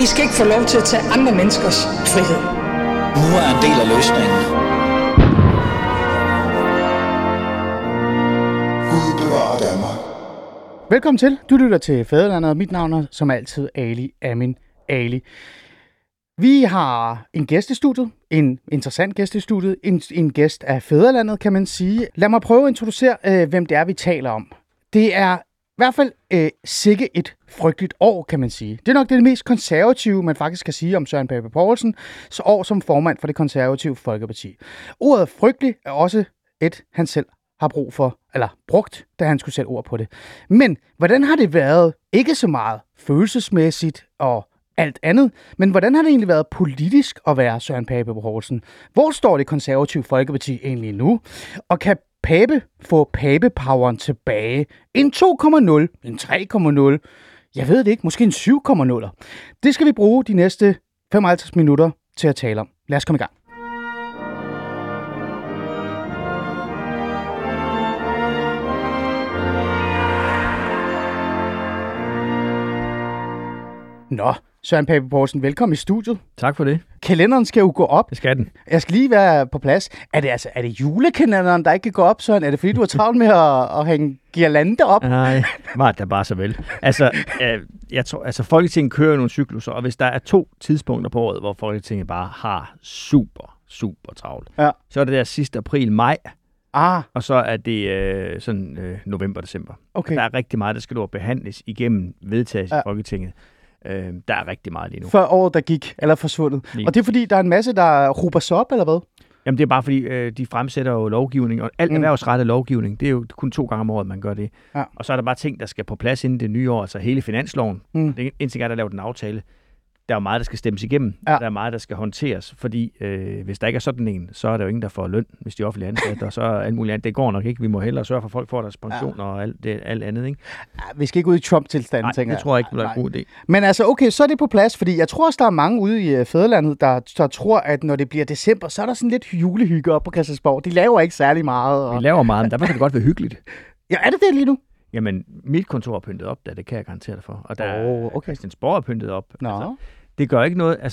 skal ikke få lov til at tage andre menneskers frihed. Nu er en del af løsningen. Gud bevarer Danmark. Velkommen til. Du lytter til Fædrelandet, og mit navn er som altid Ali Amin Ali. Vi har en gæst i studiet, en interessant gæst i studiet, en gæst af Fædrelandet, kan man sige. Lad mig prøve at introducere, hvem det er, vi taler om. Det er i hvert fald sikke et frygteligt år, kan man sige. Det er nok det mest konservative, man faktisk kan sige om Søren Pape Poulsens år som formand for det konservative Folkeparti. Ordet frygtelig er også et, han selv har brug for, eller brugt, da han skulle sætte ord på det. Men hvordan har det været, ikke så meget følelsesmæssigt og alt andet, men hvordan har det egentlig været politisk at være Søren Pape Poulsen? Hvor står det konservative Folkeparti egentlig nu? Og kan Pape få Pape-poweren tilbage? En 2,0? En 3,0? Jeg ved det ikke. Måske en 7,0? Det skal vi bruge de næste 55 minutter til at tale om. Lad os komme i gang. Nå, Søren Pape Poulsen, velkommen i studiet. Tak for det. Kalenderen skal jo gå op. Det skal den. Jeg skal lige være på plads. Er det julekalenderen, der ikke kan gå op, Søren? Er det fordi, du har travlt med at hænge girlande op? Nej, var det bare så vel. Jeg tror, Folketinget kører nogle cykluser, og hvis der er 2 tidspunkter på året, hvor Folketinget bare har super travlt, ja, så er det der sidste april-maj, og så er det november-december. Okay. Der er rigtig meget, der skal behandles igennem vedtagelse i Folketinget. Der er rigtig meget lige nu. Før året, der gik, eller forsvundet. Lige. Og det er fordi, der er en masse, der råber sig op, eller hvad? Jamen det er bare fordi, de fremsætter jo lovgivning, og alt erhvervsrettet lovgivning, det er jo kun 2 gange om året, man gør det. Ja. Og så er der bare ting, der skal på plads inden det nye år, altså hele finansloven. Indtil der er lavet en aftale. Der er jo meget, der skal stemmes igennem. Ja. Der er meget, der skal håndteres, fordi hvis der ikke er sådan en, så er der jo ingen, der får løn, hvis de er offentlige ansatte, og så er alt muligt andet. Det går nok ikke. Vi må hellere sørge for, at folk får deres pension og alt andet, ikke? Ja, vi skal ikke ud i Trump-tilstanden, tænker jeg. Nej, det tror jeg ikke, det er en god idé. Men altså, okay, så er det på plads, fordi jeg tror også, der er mange ude i Fædrelandet, der tror, at når det bliver december, så er der sådan lidt julehygge op på Christiansborg. De laver ikke særlig meget. Og... Vi laver meget, men der kan det godt være hyggeligt. Ja, er det lige nu? Jamen, mit kontor er pyntet op, det kan jeg garantere dig for. Og der Christiansborg er pyntet op. Altså, det gør ikke noget,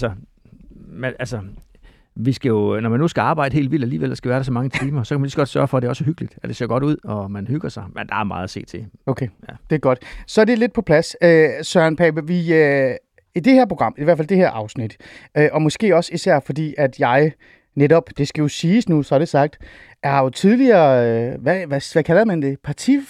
vi skal jo, når man nu skal arbejde helt vildt alligevel, der skal være der så mange timer, så kan man lige så godt sørge for, at det også er hyggeligt, at det ser godt ud, og man hygger sig. Men der er meget at se til. Okay, det er godt. Så er det lidt på plads. Søren Pape, vi i det her program, i hvert fald det her afsnit, og måske også især fordi, at jeg netop, det skal jo siges nu, så er det sagt, er jo tidligere, hvad kalder man det?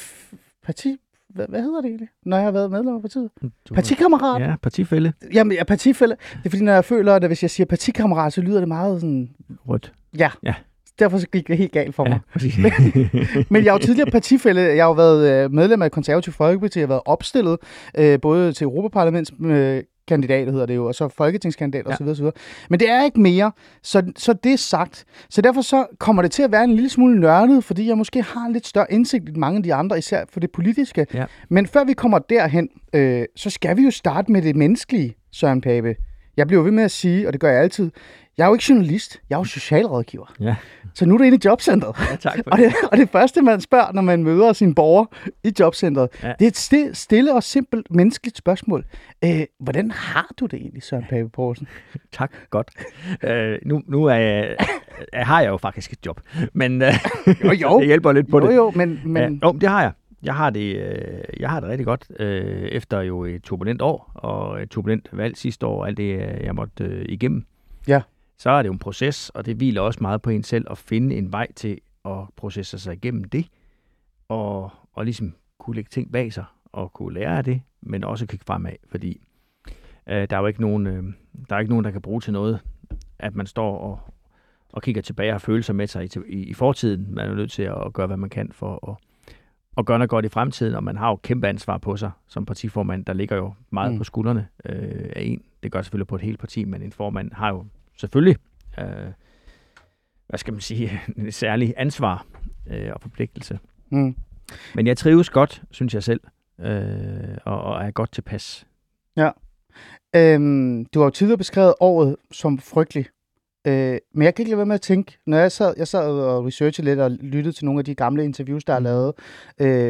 Hvad hedder det egentlig, når jeg har været medlem af partiet? Partikammerat? Ja, partifælle. Jamen, ja, partifælle. Det er fordi, når jeg føler, at hvis jeg siger partikammerat, så lyder det meget sådan... Rødt. Ja. Derfor så gik det helt galt for mig. Ja, men jeg er jo tidligere partifælle. Jeg har jo været medlem af Konservative Folkeparti. Jeg har været opstillet både til Europaparlamentskandidat, hedder det jo, og så folketingskandidat osv. Men det er ikke mere, så det er sagt. Så derfor så kommer det til at være en lille smule nørdet, fordi jeg måske har lidt større indsigt end mange af de andre, især for det politiske. Ja. Men før vi kommer derhen, så skal vi jo starte med det menneskelige, Søren Pape. Jeg bliver ved med at sige, og det gør jeg altid, jeg er jo ikke journalist, jeg er jo socialrådgiver. Ja. Så nu er det inde i jobcentret. Ja, tak for det. Og det første, man spørger, når man møder sine borgere i jobcentret, det er et stille og simpelt menneskeligt spørgsmål. Hvordan har du det egentlig, Søren Pape Poulsen? Tak, godt. Nu har jeg jo faktisk et job, men jo. det hjælper lidt på det. Jo, men... det har jeg. Jeg har det rigtig godt, efter jo et turbulent år, og et turbulent valg sidste år, og alt det, jeg måtte igennem. Ja. Så er det jo en proces, og det hviler også meget på en selv at finde en vej til at processe sig igennem det, og ligesom kunne lægge ting bag sig, og kunne lære af det, men også kigge fremad, fordi der er jo ikke nogen, der kan bruge til noget, at man står og kigger tilbage og har følelser med sig i fortiden. Man er nødt til at gøre, hvad man kan for at gøre noget godt i fremtiden, og man har jo kæmpe ansvar på sig som partiformand. Der ligger jo meget på skuldrene af en. Det gør selvfølgelig på et helt parti, men en formand har jo selvfølgelig, en særlig ansvar og forpligtelse. Men jeg trives godt, synes jeg selv, og er godt tilpas. Ja. Du har jo tidligere beskrevet året som frygtelig. Men jeg kan ikke lade være med at tænke, når jeg sad og researchede lidt og lyttede til nogle af de gamle interviews, der er lavet,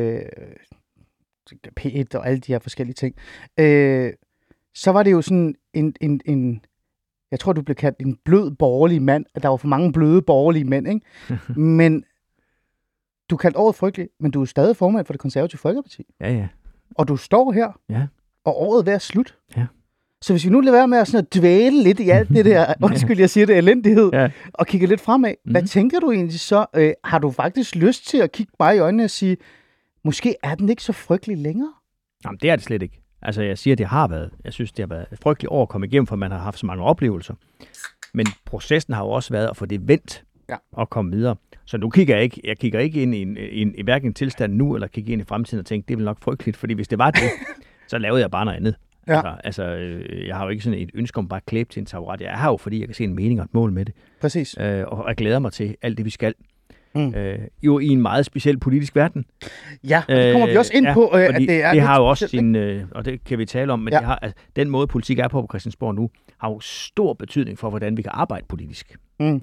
P1 og alle de her forskellige ting, så var det jo sådan jeg tror, du blev kaldt en blød borgerlig mand. Der var for mange bløde borgerlige mænd, ikke? Men du kaldte året frygteligt, men du er stadig formand for Det Konservative Folkeparti. Ja. Og du står her, og året er ved at slut. Ja. Så hvis vi nu lader være med at sådan at dvæle lidt i alt det der, undskyld, jeg siger det, elendighed, og kigge lidt fremad, hvad tænker du egentlig så? Har du faktisk lyst til at kigge bare i øjnene og sige, måske er den ikke så frygtelig længere? Jamen, det er det slet ikke. Altså, jeg siger, det har været. Jeg synes, det har været et frygteligt år at komme igennem, for man har haft så mange oplevelser. Men processen har jo også været at få det vendt og komme videre. Så nu kigger jeg kigger ikke ind i hverken en tilstand nu, eller kigger ind i fremtiden og tænker, det er vel nok frygteligt, fordi hvis det var det, så lavede jeg bare noget andet. Ja. Altså, jeg har jo ikke sådan et ønske om bare at klæbe til en taburet. Jeg har jo, fordi jeg kan se en mening og et mål med det. Præcis. Og jeg glæder mig til alt det, vi skal. Jo i en meget speciel politisk verden. Ja, det kommer vi også ind på. At det har jo også sin, og det kan vi tale om, men det har, altså, den måde politik er på Christiansborg nu, har jo stor betydning for, hvordan vi kan arbejde politisk.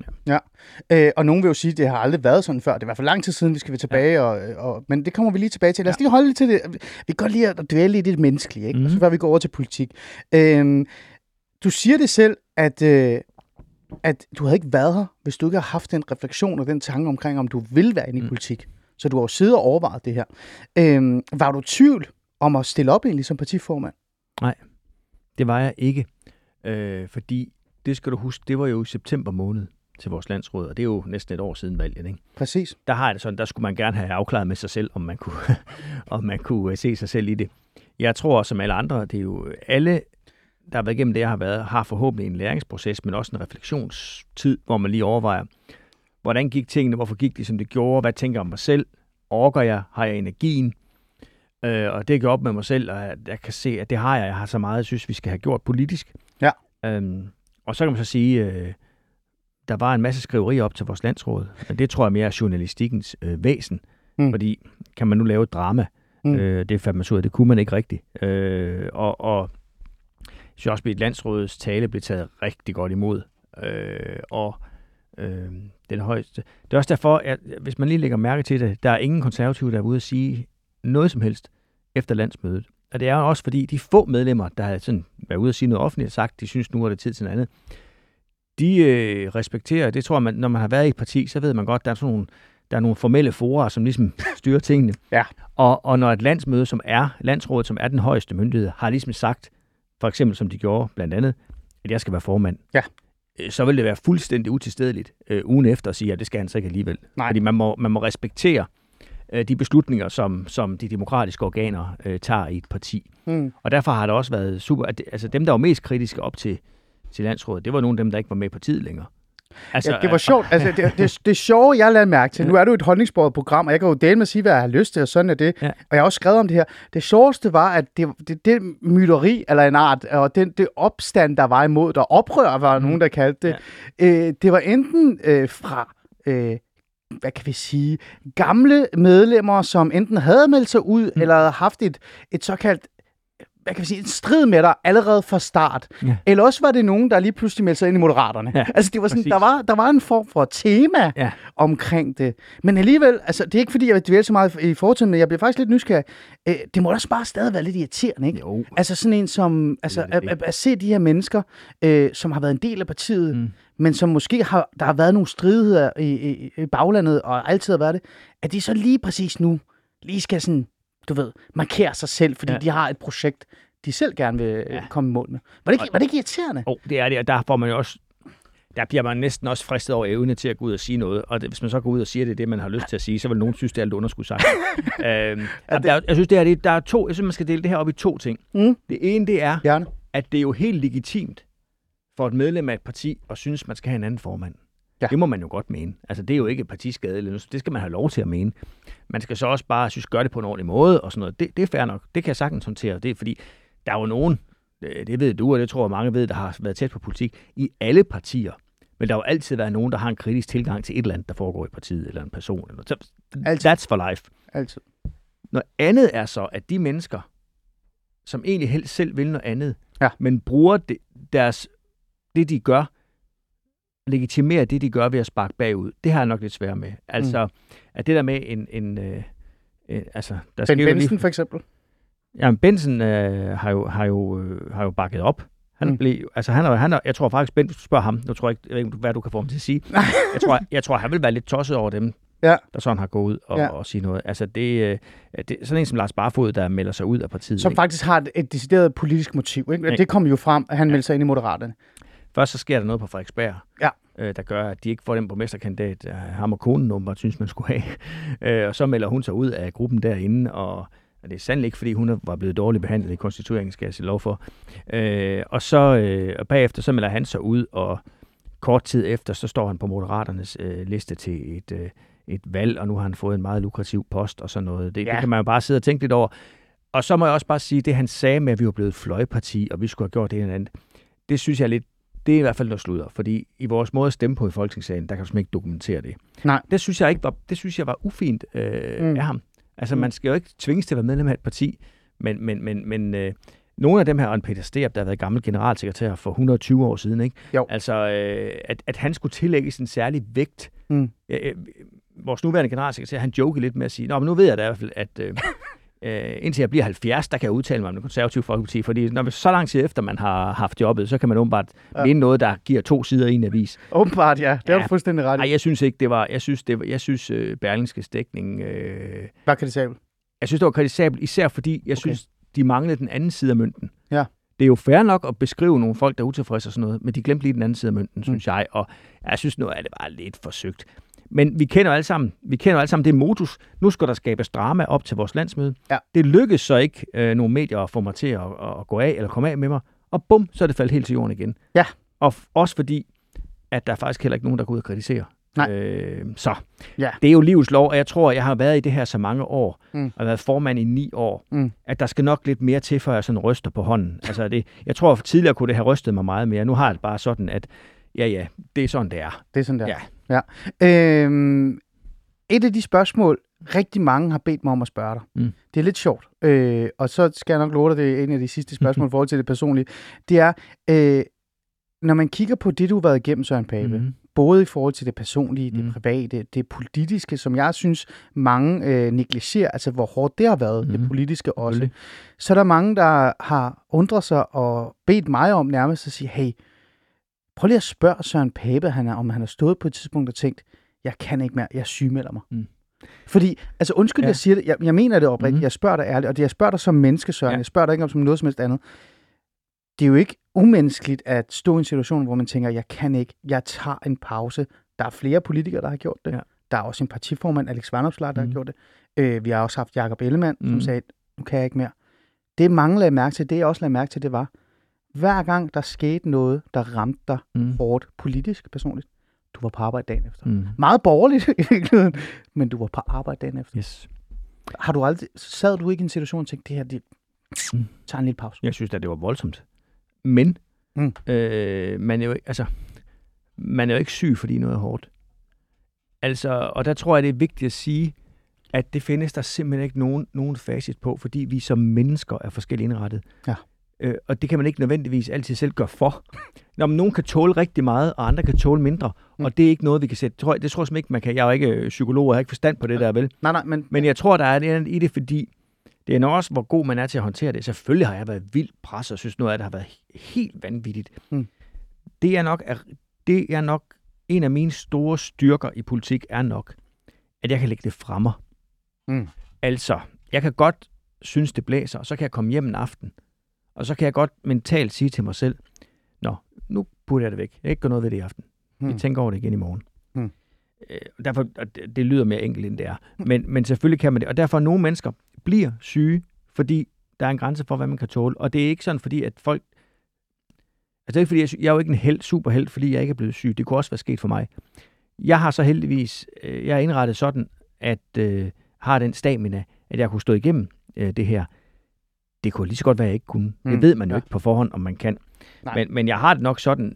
Og nogen vil jo sige, at det har aldrig været sådan før. Det er i hvert fald lang tid siden, vi skal tilbage, men det kommer vi lige tilbage til. Lad os lige holde lidt til det. Vi kan godt lide at dvæle i det menneskelige, ikke? Og så før vi går over til politik. Du siger det selv, at du havde ikke været her, hvis du ikke har haft den refleksion og den tanke omkring, om du vil være inde i politik. Så du har jo siddet og overvejet det her. Var du i tvivl om at stille op egentlig som partiformand? Nej, det var jeg ikke. Fordi, det skal du huske, det var jo i september måned til vores landsråd, og det er jo næsten et år siden valget, ikke? Præcis. Der har jeg det sådan, der skulle man gerne have afklaret med sig selv, om man kunne se sig selv i det. Jeg tror, som alle andre, det er jo alle, der har været igennem det, jeg har været, har forhåbentlig en læringsproces, men også en refleksionstid, hvor man lige overvejer, hvordan gik tingene, hvorfor gik de, som det gjorde, hvad tænker jeg om mig selv, orker jeg, har jeg energien, og det går op med mig selv, og jeg kan se, at det har jeg har så meget, jeg synes, vi skal have gjort politisk. Ja. Og så kan man så sige, der var en masse skriverier op til vores landsråd, men det tror jeg mere er journalistikkens væsen, fordi kan man nu lave et drama, det fandt man så ud af, det kunne man ikke rigtigt, og jeg synes også, at landsrådets tale blev taget rigtig godt imod. Den højeste. Det er også derfor, at hvis man lige lægger mærke til det, der er ingen konservative, der er ude at sige noget som helst efter landsmødet. Og det er også fordi, de få medlemmer, der har sådan været ude at sige noget offentligt, sagt, de synes, nu er det tid til noget andet. De respekterer, det tror jeg, når man har været i et parti, så ved man godt, der er nogle formelle forer, som ligesom styrer tingene. Ja. Og når et landsmøde, landsrådet, som er den højeste myndighed, har ligesom sagt, for eksempel som de gjorde blandt andet, at jeg skal være formand, så vil det være fuldstændig utilstedeligt ugen efter at sige, at det skal han så ikke alligevel. Nej. Fordi man må respektere de beslutninger, som de demokratiske organer tager i et parti. Og derfor har det også været super, at dem, der var mest kritiske op til landsrådet, det var nogle af dem, der ikke var med i partiet længere. Altså, det var sjovt. Altså, det sjove, jeg lavede mærke til, nu er det jo et holdningsbordet program, og jeg kan jo dele med at sige, hvad jeg har lyst til, og sådan er det. Ja. Og jeg har også skrevet om det her. Det sjoveste var, at det myteri, eller en art, og det opstand, der var imod, der oprør, var nogen, der kaldte det, det var enten fra hvad kan vi sige, gamle medlemmer, som enten havde meldt sig ud, eller havde haft et såkaldt, hvad kan vi sige, en strid med dig allerede fra start. Ja. Eller også var det nogen, der lige pludselig meldte sig ind i Moderaterne. Ja, altså det var sådan, der var en form for tema omkring det. Men alligevel, altså det er ikke fordi, jeg vil dvæle så meget i fortiden, men jeg bliver faktisk lidt nysgerrig. Det må da bare stadig være lidt irriterende, ikke? Jo. Altså sådan en som, altså at se de her mennesker, som har været en del af partiet, men som måske der har været nogle stridigheder i baglandet, og altid har været det, at de så lige præcis nu, lige skal sådan, du ved, markere sig selv, fordi de har et projekt, de selv gerne vil komme i mål med. Var det ikke irriterende? Det er det, og der får man jo også, der bliver man næsten også fristet over evne til at gå ud og sige noget, og hvis man så går ud og siger det, man har lyst til at sige, så vil nogen synes, det er lidt underskudt sagt. Jeg synes, der er to, jeg synes, man skal dele det her op i to ting. Det ene, det er, at det er jo helt legitimt for et medlem af et parti at synes, man skal have en anden formand. Ja. Det må man jo godt mene. Altså, det er jo ikke partiskade, det skal man have lov til at mene. Man skal så også bare gøre det på en ordentlig måde, og sådan noget. Det er fair nok. Det kan jeg sagtens håndtere. Det er fordi, der er jo nogen, det ved du, og det tror jeg mange ved, der har været tæt på politik, i alle partier. Men der har jo altid været nogen, der har en kritisk tilgang til et eller andet, der foregår i partiet, eller en person. Eller that's for life. Altid. Noget andet er så, at de mennesker, som egentlig helst selv vil noget andet, men bruger det de gør, legitimere det, de gør ved at sparke bagud. Det har jeg nok lidt svært med. Altså, at det der med altså... Der Ben Benson for eksempel? Jamen, Benson har jo bakket op. Jeg tror faktisk, Bent, hvis du spørger ham, jeg ved ikke, hvad du kan få ham til at sige. jeg tror, han vil være lidt tosset over dem, der sådan har gået ud og sige noget. Altså, det er sådan en som Lars Barfoed, der melder sig ud af partiet. Som faktisk har et decideret politisk motiv, ikke? Det kom jo frem, at han meldte sig ind i Moderaterne. Først så sker der noget på Frederiksberg, der gør, at de ikke får den borgmesterkandidat, ham og konen åbenbart synes, man skulle have. Og så melder hun sig ud af gruppen derinde, og det er sandelig ikke, fordi hun var blevet dårligt behandlet i konstitueringen, skal jeg sige lov for. Og bagefter så melder han sig ud, og kort tid efter, så står han på Moderaternes liste til et valg, og nu har han fået en meget lukrativ post og sådan noget. Det kan man jo bare sidde og tænke lidt over. Og så må jeg også bare sige, det han sagde med, at vi var blevet et fløjparti, og vi skulle have gjort det eller andet, det synes jeg lidt, det er i hvert fald noget sludder, fordi i vores måde at stemme på i Folketingssalen, der kan du simpelthen ikke dokumentere det. Nej. Det synes jeg var ufint af ham. Altså, man skal jo ikke tvinges til at være medlem af et parti, men nogle af dem her, og Peter Sterup, der har været gammel generalsekretær for 120 år siden, ikke? Jo. Altså, at han skulle tillægges en særlig vægt. Vores nuværende generalsekretær, han jokede lidt med at sige, men nu ved jeg da i hvert fald, at indtil jeg bliver 70, der kan jeg udtale mig om det konservative folkeparti, fordi når vi så lang tid efter, man har haft jobbet, så kan man åbenbart mene noget, der giver 2 sider i en avis. Åbenbart, ja. Det er du fuldstændig ret i. Nej, jeg synes ikke, det var... Jeg synes Berlingskes dækning... var kritisabel? Jeg synes, det var kritisabelt, især fordi, jeg synes, de manglede den anden side af mønten. Ja. Det er jo fair nok at beskrive nogle folk, der er utilfredse og sådan noget, men de glemte lige den anden side af mønten, synes jeg, og jeg synes nu, at det var lidt forsøgt. Men vi kender alle sammen det modus. Nu skal der skabes drama op til vores landsmøde. Ja. Det lykkedes så ikke nogle medier at få mig til at gå af eller komme af med mig. Og bum, så er det faldet helt til jorden igen. Ja. Og også fordi, at der er faktisk heller ikke nogen, der går ud og kritiserer. Så ja. Det er jo livets lov, og jeg tror, jeg har været i det her så mange år, og været formand i 9 år, at der skal nok lidt mere til, før jeg sådan ryster på hånden. Altså jeg tror, at tidligere kunne det have rystet mig meget mere. Nu har jeg det bare sådan, at ja, det er sådan, det er. Det er sådan, det er. Ja. Et af de spørgsmål, rigtig mange har bedt mig om at spørge dig. Det er lidt sjovt, og så skal jeg nok love dig, det er en af de sidste spørgsmål i forhold til det personlige. Det er, når man kigger på det, du har været igennem, Søren Pape, både i forhold til det personlige, det private, det politiske, som jeg synes, mange negligerer, altså hvor hårdt det har været, det politiske også. Så er der mange, der har undret sig og bedt mig om nærmest at sige, hey, prøv lige at spørge Søren Pape, om han har stået på et tidspunkt og tænkt, jeg kan ikke mere, jeg sygemelder mig. Fordi, altså undskyld, jeg siger det, jeg mener det oprigtigt, jeg spørger dig ærligt, og jeg spørger dig som menneske, Søren, jeg spørger dig ikke om som noget som helst andet. Det er jo ikke umenneskeligt at stå i en situation, hvor man tænker, jeg kan ikke, jeg tager en pause. Der er flere politikere, der har gjort det. Ja. Der er også en partiformand, Alex Vanopslagh, der har gjort det. Vi har også haft Jakob Ellemann, som sagde, nu kan jeg ikke mere. Det mange lagde mærke til, det jeg også lagde mærke til, det var, hver gang der skete noget, der ramte dig hårdt politisk, personligt, du var på arbejde dagen efter. Meget borgerligt i virkeligheden, men du var på arbejde dagen efter. Yes. Sad du ikke i en situation og tænkte, det her, det tager en lille pause? Jeg synes at det var voldsomt. Men man er jo ikke syg, fordi noget er hårdt. Altså, og der tror jeg, det er vigtigt at sige, at det findes der simpelthen ikke nogen facit på, fordi vi som mennesker er forskelligt indrettet. Ja. Og det kan man ikke nødvendigvis altid selv gøre for. Når nogen kan tåle rigtig meget, og andre kan tåle mindre, og det er ikke noget, vi kan sætte. Det tror jeg simpelthen ikke, man kan. Jeg er jo ikke psykolog, og har ikke forstand på det der, vel? Nej, men jeg tror, der er et i det, fordi det er nok også, hvor god man er til at håndtere det. Selvfølgelig har jeg været vildt presset, og synes noget af det har været helt vanvittigt. Det er nok en af mine store styrker i politik, er nok, at jeg kan lægge det fremme. Altså, jeg kan godt synes, det blæser, og så kan jeg komme hjem en aften, og så kan jeg godt mentalt sige til mig selv, nu putter jeg det væk. Jeg ikke gør noget ved det i aften. Vi tænker over det igen i morgen. Derfor, det lyder mere enkelt, end det er. Men selvfølgelig kan man det. Og derfor nogle mennesker bliver syge, fordi der er en grænse for, hvad man kan tåle. Og det er ikke sådan, fordi at folk... Altså det er ikke, fordi jeg er jo ikke en superhelt, fordi jeg ikke er blevet syg. Det kunne også være sket for mig. Jeg har så heldigvis... Jeg er indrettet sådan, at har den stamina, at jeg kunne stå igennem det her. Det kunne lige så godt være, at jeg ikke kunne. Det ved man jo ikke på forhånd, om man kan. Men jeg har det nok sådan...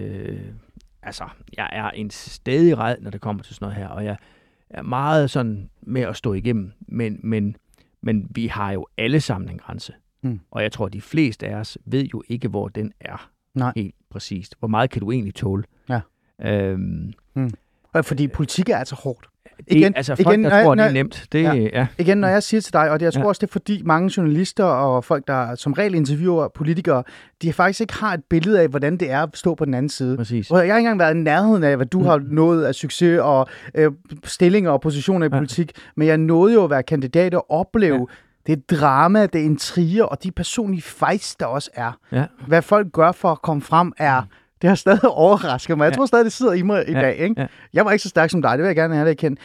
jeg er en stædig ræd, når det kommer til sådan noget her, og jeg er meget sådan med at stå igennem, men vi har jo alle sammen en grænse. Og jeg tror, at de fleste af os ved jo ikke, hvor den er. Helt præcist. Hvor meget kan du egentlig tåle? Ja. Fordi politik er altså hårdt. Igen, altså folk, der tror, det er nemt. Igen, når jeg siger til dig, og jeg tror også, det er fordi mange journalister og folk, der som regel interviewer politikere, de faktisk ikke har et billede af, hvordan det er at stå på den anden side. Præcis. Og jeg har ikke engang været i nærheden af, hvad du har nået af succes og stillinger og positioner i politik, men jeg nåede jo at være kandidat og opleve det drama, det intriger og de personlige fights, der også er. Ja. Hvad folk gør for at komme frem er... Det har stadig overrasket mig. Jeg tror stadig, det sidder i mig i dag. Ikke? Ja. Jeg var ikke så stærk som dig, det vil jeg gerne have dig kendt.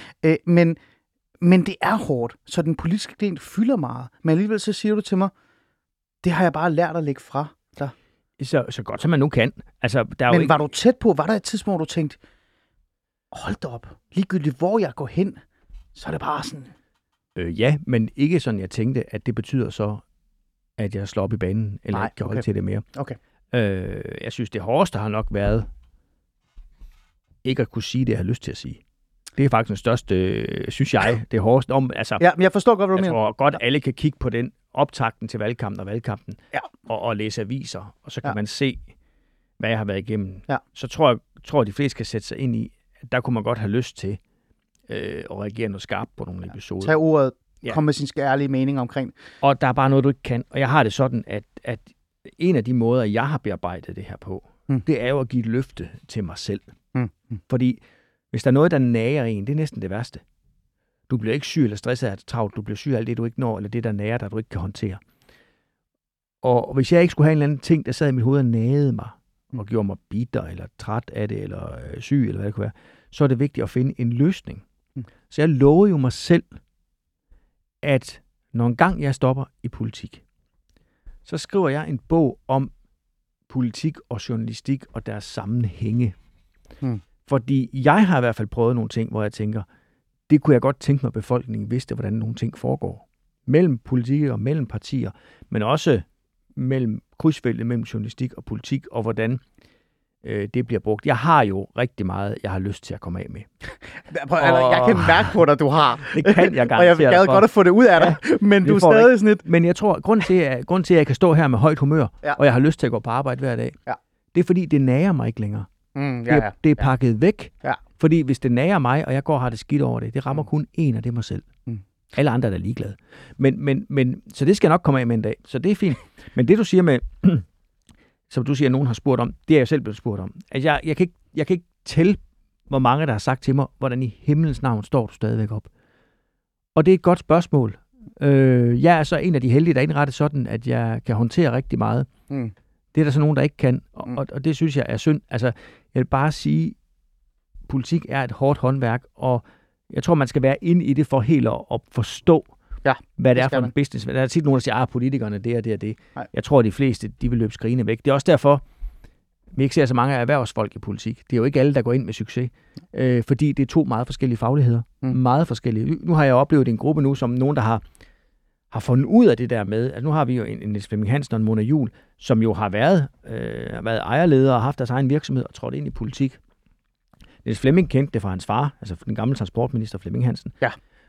Men det er hårdt, så den politiske del fylder meget. Men alligevel så siger du til mig, det har jeg bare lært at lægge fra dig. Så godt som man nu kan. Altså, der men ikke... var du tæt på? Var der et tidspunkt, hvor du tænkte, hold da op, ligegyldigt hvor jeg går hen, så er det bare sådan... Ja, men ikke sådan, jeg tænkte, at det betyder så, at jeg slår op i banen, eller ikke kan holde til det mere. Okay. Jeg synes, det hårdeste har nok været ikke at kunne sige det, jeg har lyst til at sige. Det er faktisk den største, synes jeg, det hårdeste. Ja, men jeg forstår godt, hvad du mener. Jeg tror godt, alle kan kigge på den optakten til valgkampen og læse aviser, og så kan man se, hvad jeg har været igennem. Ja. Så tror jeg, de fleste kan sætte sig ind i, at der kunne man godt have lyst til at reagere noget skarpt på nogle episoder. Tag ordet, kom med sin ærlige mening omkring. Og der er bare noget, du ikke kan. Og jeg har det sådan, at en af de måder, jeg har bearbejdet det her på, det er jo at give et løfte til mig selv. Fordi hvis der er noget, der nager en, det er næsten det værste. Du bliver ikke syg eller stresset af travlt, du bliver syg af alt det, du ikke når, eller det, der nager dig, du ikke kan håndtere. Og hvis jeg ikke skulle have en eller anden ting, der sad i mit hoved og nagede mig, og gjorde mig bitter, eller træt af det, eller syg, eller hvad det kunne være, så er det vigtigt at finde en løsning. Så jeg lovede jo mig selv, at når en gang jeg stopper i politik, så skriver jeg en bog om politik og journalistik og deres sammenhænge. Fordi jeg har i hvert fald prøvet nogle ting, hvor jeg tænker, det kunne jeg godt tænke mig, at befolkningen vidste, hvordan nogle ting foregår. Mellem politikere, mellem partier, men også mellem krydsfeltet mellem journalistik og politik, og hvordan det bliver brugt. Jeg har jo rigtig meget, jeg har lyst til at komme af med. Jeg kan mærke på dig, du har. Det kan jeg garantere. Og jeg gad godt at få det ud af dig, men du er stadig sådan lidt... Men jeg tror, grund til, at jeg kan stå her med højt humør, og jeg har lyst til at gå på arbejde hver dag, det er fordi, det nager mig ikke længere. Det er pakket væk. Ja. Fordi hvis det nager mig, og jeg går og har det skidt over det rammer kun en af det mig selv. Alle andre er da ligeglade. Men, så det skal jeg nok komme af med en dag. Så det er fint. Men det, du siger med... som du siger, at nogen har spurgt om, det er jeg selv blevet spurgt om. At jeg kan ikke tælle, hvor mange, der har sagt til mig, hvordan i himlens navn står du stadigvæk op. Og det er et godt spørgsmål. Jeg er så en af de heldige, der er indrettet sådan, at jeg kan håndtere rigtig meget. Det er der så nogen, der ikke kan, og det synes jeg er synd. Altså, jeg vil bare sige, politik er et hårdt håndværk, og jeg tror, man skal være inde i det for helt at forstå, hvad det er for en business. Der er tit nogen, der siger, politikerne, det er det og det. Nej. Jeg tror, at de fleste, de vil løbe skrigende væk. Det er også derfor, vi ikke ser så mange erhvervsfolk i politik. Det er jo ikke alle, der går ind med succes, fordi det er to meget forskellige fagligheder. Meget forskellige. Nu har jeg oplevet en gruppe nu, som nogen, der har fundet ud af det der med, altså nu har vi jo en Niels Flemming Hansen og en Mona Juul, som jo har været ejerledere og haft deres egen virksomhed og trådt ind i politik. Niels Flemming kendte det fra hans far, altså den gamle transportminister Flemming Hansen. Ja.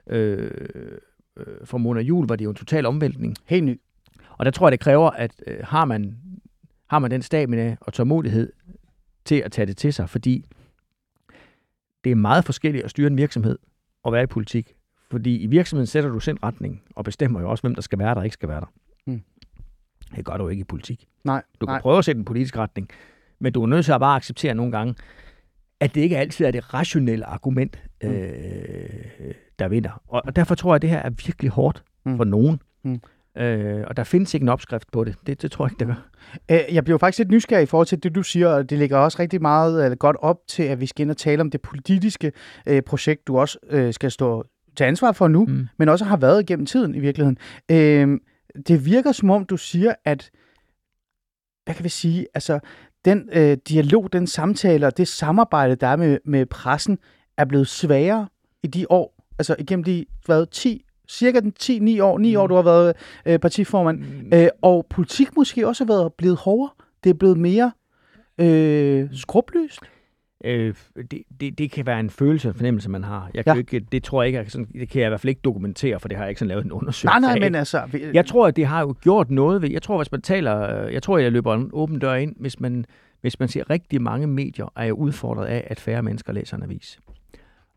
For Mona Juul var det jo en total omvæltning. Helt ny. Og der tror jeg, det kræver, at har man den stamina og tålmodighed til at tage det til sig, fordi det er meget forskelligt at styre en virksomhed og være i politik. Fordi i virksomheden sætter du selv retning og bestemmer jo også, hvem der skal være der og ikke skal være der. Det gør du ikke i politik. Nej. Du kan prøve at sætte en politisk retning, men du er nødt til at bare acceptere nogle gange, at det ikke altid er det rationelle argument, der vinder. Og derfor tror jeg, at det her er virkelig hårdt for nogen. Og der findes ikke en opskrift på det. Det tror jeg ikke, der gør. Jeg bliver faktisk lidt nysgerrig i forhold til det, du siger, og det ligger også rigtig meget godt op til, at vi skal ind og tale om det politiske projekt, du også skal stå til ansvar for nu, men også har været igennem tiden i virkeligheden. Det virker som om, du siger, at, hvad kan vi sige, altså den dialog, den samtale og det samarbejde, der er med pressen, er blevet sværere i de år, altså igennem de, cirka 9 år, du har været partiformand, og politik måske også har været blevet hårdere. Det er blevet mere skrupløst. Det kan være en følelse og fornemmelse, man har. Det tror jeg ikke, det kan jeg i hvert fald ikke dokumentere, for det har jeg ikke sådan lavet en undersøgelse. Nej, men altså... Jeg tror, at det har jo gjort noget ved... Jeg tror, jeg løber en åben dør ind, hvis man siger, rigtig mange medier er jo udfordret af, at færre mennesker læser en avis.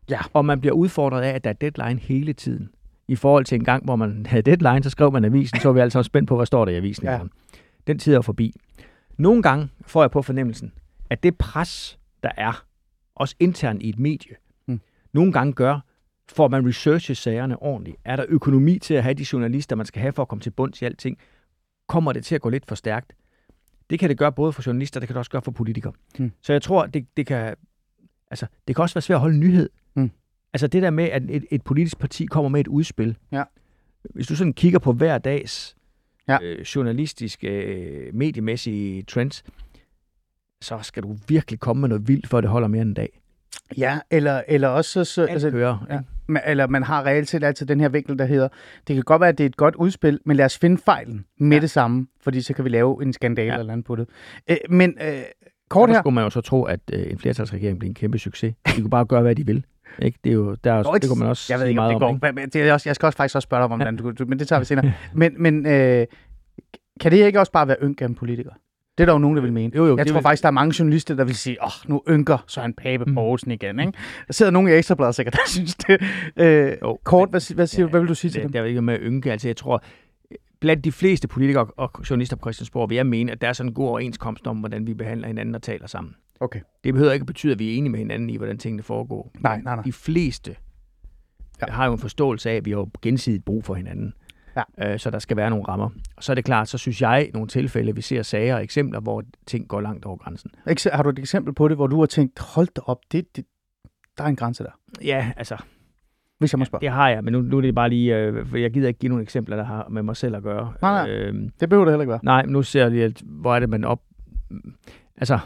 Ja. Og man bliver udfordret af, at der er deadline hele tiden. I forhold til en gang, hvor man havde deadline, så skrev man avisen, så var vi altså spændt på, hvad står der i avisen. Ja. Den tid er forbi. Nogle gange får jeg på fornemmelsen, at det pres, der er, også internt i et medie, nogle gange får man researchet sagerne ordentligt. Er der økonomi til at have de journalister, man skal have for at komme til bunds i alting? Kommer det til at gå lidt for stærkt? Det kan det gøre både for journalister, det kan det også gøre for politikere. Så jeg tror, det kan også være svært at holde en nyhed. Altså det der med, at et politisk parti kommer med et udspil. Ja. Hvis du sådan kigger på hver dags journalistiske, mediemæssige trends, så skal du virkelig komme med noget vildt, for at det holder mere end en dag. Ja, eller også så eller man har reelt set altid den her vinkel, der hedder, det kan godt være, at det er et godt udspil, men lad os finde fejlen med det samme, fordi så kan vi lave en skandale eller andet på det. Men kort her... Så skulle man jo så tro, at en flertalsregering bliver en kæmpe succes. De kunne bare gøre, hvad de vil. Ikke? Det er jo, det kunne man også jeg ved ikke, om det går. Det er også, jeg skal også faktisk også spørge dig om, men det tager vi senere. Men kan det ikke også bare være ynke af en politiker? Det er der jo nogen, der vil mene. Jeg tror faktisk, der er mange journalister, der vil sige, nu ynker Søren Pape Poulsen igen. Ikke? Der sidder nogen i Ekstrabladet sikkert, der synes det. Kort, hvad vil du sige til dem? Det er jo ikke med ynke. Altså, jeg tror, blandt de fleste politikere og journalister på Christiansborg vil jeg mene, at der er sådan en god overenskomst om, hvordan vi behandler hinanden og taler sammen. Okay. Det behøver ikke at betyde, at vi er enige med hinanden i, hvordan tingene foregår. Nej. De fleste har jo en forståelse af, at vi har gensidigt brug for hinanden. Ja. Så der skal være nogle rammer. Og så er det klart, så synes jeg, nogle tilfælde, vi ser sager og eksempler, hvor ting går langt over grænsen. Har du et eksempel på det, hvor du har tænkt, hold da op, der er en grænse der? Ja, altså... Hvis jeg må spørge. Det har jeg, men nu er det bare lige... For jeg gider ikke give nogle eksempler, der har med mig selv at gøre. Nej, det behøver det heller ikke være. Nej, men nu ser jeg lige, hvor er det, man op... Altså...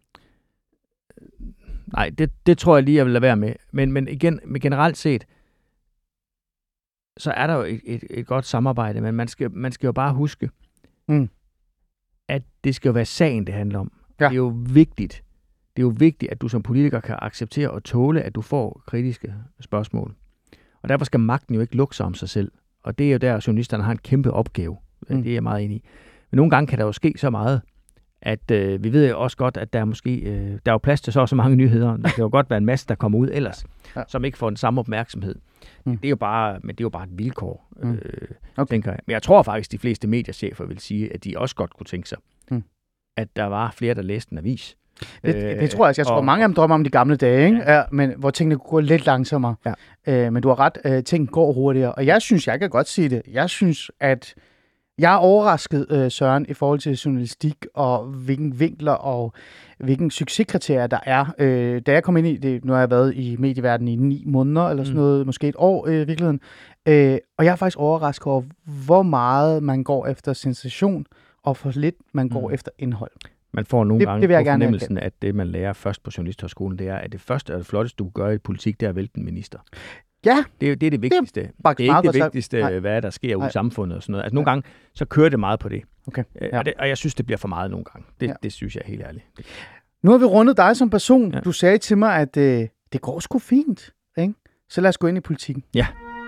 Nej, det tror jeg lige, jeg vil lade være med. Men igen, med generelt set, så er der jo et godt samarbejde, men man skal jo bare huske, at det skal jo være sagen, det handler om. Ja. Det er jo vigtigt, at du som politiker kan acceptere og tåle, at du får kritiske spørgsmål. Og derfor skal magten jo ikke lukke sig om sig selv. Og det er jo der, journalisterne har en kæmpe opgave. Det er jeg meget enig i. Men nogle gange kan der jo ske så meget, at vi ved jo også godt, at der er måske der er jo plads til så mange nyheder. Der kan jo godt være en masse, der kommer ud ellers, som ikke får den samme opmærksomhed. Det er jo bare, men det er jo bare et vilkår, tænker jeg. Men jeg tror faktisk, de fleste mediechefer vil sige, at de også godt kunne tænke sig, at der var flere, der læste en avis. Det tror jeg. Jeg tror, mange af dem drømmer om de gamle dage, ikke? Ja, men hvor tingene går lidt langsommere. Ja. Men du har ret, tingene går hurtigere. Og jeg synes, jeg kan godt sige det. Jeg synes, at jeg er overrasket, Søren, i forhold til journalistik og hvilken vinkler og hvilken succeskriterier der er. Da jeg kom ind i det, nu har jeg været i medieverdenen i 9 måneder, eller sådan noget, måske et år i virkeligheden. Og jeg er faktisk overrasket over, hvor meget man går efter sensation, og for lidt man går efter indhold. Man får nogle gange på fornemmelsen, at det, man lærer først på Journalisthøjskolen, det er, at det første og det flotteste, du gør i politik, det er at vælte en minister. Ja. Det er det vigtigste. Det er ikke det vigtigste, hvad der sker ude i samfundet og sådan noget. Altså nogle gange, så kører det meget på det. Okay. Ja. Og jeg synes, det bliver for meget nogle gange. Det synes jeg helt ærligt. Nu har vi rundet dig som person. Ja. Du sagde til mig, at det går sgu fint. Ikke? Så lad os gå ind i politikken. Ja.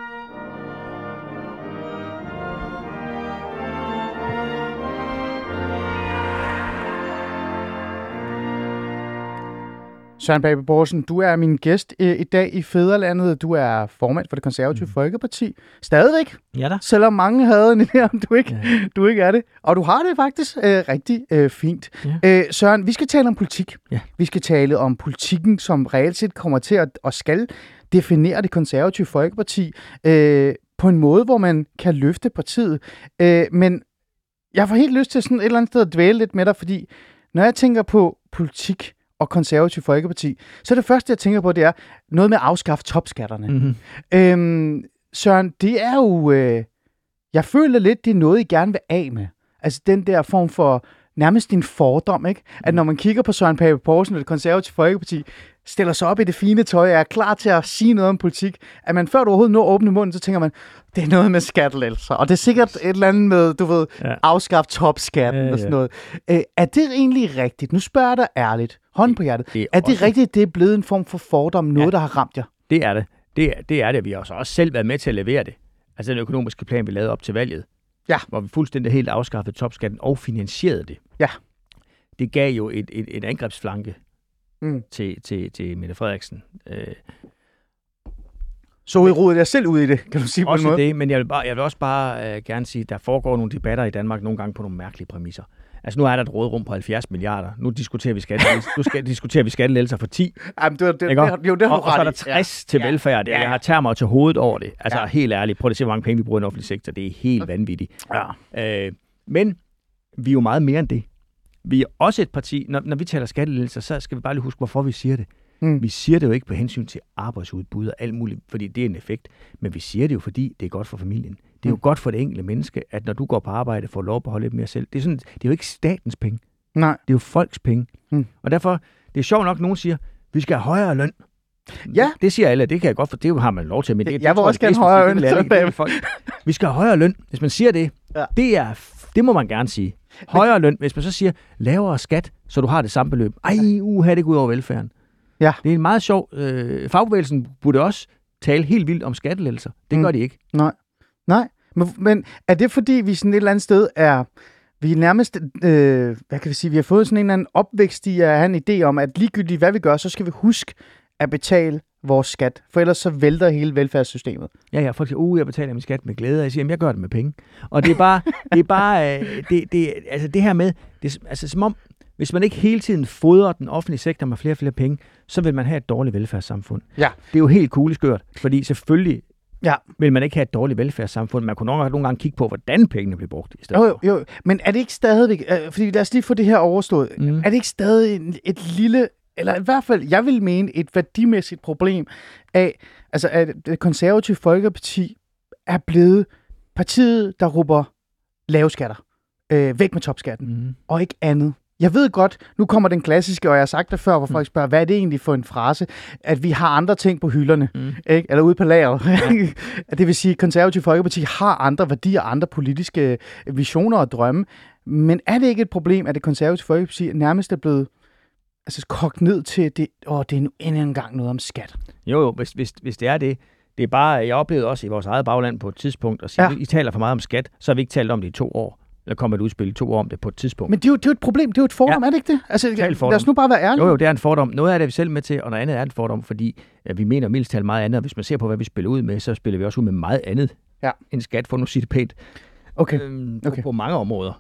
Søren Pape Poulsen, du er min gæst i dag i Fædrelandet. Du er formand for Det Konservative Folkeparti. Stadigvæk. Ja da. Selvom mange havde en idé om, du ikke er det. Og du har det faktisk rigtig fint. Ja. Søren, vi skal tale om politik. Ja. Vi skal tale om politikken, som reelt set kommer til at skal definere Det Konservative Folkeparti på en måde, hvor man kan løfte partiet. Men jeg får helt lyst til sådan et eller andet sted at dvæle lidt med dig, fordi når jeg tænker på politik og Konservative Folkeparti, så det første, jeg tænker på, det er noget med at afskaffe topskatterne. Søren, det er jo... jeg føler lidt, det er noget, I gerne vil af med. Altså den der form for nærmest din fordom, ikke? At når man kigger på Søren Pape Poulsen og Det Konservative Folkeparti, stiller sig op i det fine tøj, er klar til at sige noget om politik, at man før du overhovedet når at åbne munden, så tænker man, det er noget med skattelettelser. Og det er sikkert et eller andet med, du ved, afskaffe topskatten og sådan noget. Er det egentlig rigtigt? Nu spørger jeg dig ærligt. Hånden på hjertet. Er det rigtigt, det er blevet en form for fordom, noget, der har ramt jer? Det er det. Det er det. Vi har også selv været med til at levere det. Altså den økonomiske plan, vi lavede op til valget. Ja. Hvor vi fuldstændig helt afskaffede topskatten og finansierede det. Ja. Det gav jo et angrebsflanke til Mette Frederiksen. Så i rodet jeg selv ud i det, kan du sige på en måde. Også det, men jeg vil også bare gerne sige, at der foregår nogle debatter i Danmark nogle gange på nogle mærkelige præmisser. Altså nu er der et råderum på 70 milliarder. Nu diskuterer vi skattelettelser for 10. Jamen, det og så er der 60 til velfærd. Jeg har termer til hovedet over det. Altså helt ærligt, prøv at se, hvor mange penge vi bruger i den offentlige sektor. Det er helt vanvittigt. Ja. Men vi er jo meget mere end det. Vi er også et parti, når vi taler skattelettelser, så skal vi bare lige huske, hvorfor vi siger det. Vi siger det jo ikke på hensyn til arbejdsudbud og alt muligt, fordi det er en effekt. Men vi siger det jo, fordi det er godt for familien. Det er jo godt for det enkelte menneske, at når du går på arbejde, får lov at beholde lidt mere selv. Det er jo ikke statens penge. Nej. Det er jo folks penge. Og derfor, det er sjovt nok, nogen siger, vi skal have højere løn. Ja. Det siger alle, det kan jeg godt, for det har man lov til. Men det, jeg vil også gerne højere løn. Vi skal have højere løn. Hvis man siger det, det må man gerne sige. Højere løn. Hvis man så siger lavere skat, så du har det samme beløb. Det går ud over velfærden. Ja. Det er en meget sjov... fagbevægelsen burde også tale helt vildt om skattelettelser. Det gør de ikke. Nej. Men er det fordi, vi sådan et eller andet sted vi er nærmest... hvad kan vi sige? Vi har fået sådan en eller anden opvækst i at have en idé om, at ligegyldigt hvad vi gør, så skal vi huske at betale vores skat. For ellers så vælter hele velfærdssystemet. Ja, folk siger, jeg betaler min skat med glæde. Og jeg siger, jeg gør det med penge. Og det er bare... altså det her med... Altså som om... Hvis man ikke hele tiden fodrer den offentlige sektor med flere og flere penge, så vil man have et dårligt velfærdssamfund. Ja. Det er jo helt kugleskørt, fordi selvfølgelig vil man ikke have et dårligt velfærdssamfund. Man kunne nogle gange kigge på, hvordan pengene bliver brugt i stedet. Jo. Men er det ikke stadigvæk, fordi lad os lige få det her overstået, er det ikke stadig et lille, eller i hvert fald, jeg vil mene, et værdimæssigt problem af, altså at det konservative Folkeparti er blevet partiet, der råber lave skatter, væk med topskatten, og ikke andet. Jeg ved godt, nu kommer den klassiske, og jeg har sagt det før, hvor folk spørger, hvad er det egentlig for en frase, at vi har andre ting på hylderne, ikke? Eller ude på lageret. Det vil sige, at Konservative Folkeparti har andre værdier, andre politiske visioner og drømme. Men er det ikke et problem, at det Konservative Folkeparti nærmest er blevet kogt ned til det, det er nu endnu en gang noget om skat? Jo, hvis det er det. Det er bare, jeg oplevede også i vores eget bagland på et tidspunkt, at sige, I taler for meget om skat, så har vi ikke talt om det i 2 år. Eller kommer et udspil i 2 år om det på et tidspunkt. Men det er jo et problem, det er jo et fordom, er det ikke det? Altså, lad os nu bare være ærlige. Jo, det er en fordom. Noget af det er vi selv med til, og noget andet er en fordom, fordi vi mener mildest talt meget andet, og hvis man ser på, hvad vi spiller ud med, så spiller vi også ud med meget andet end skat, for nu at sige det pænt. Okay. På mange områder.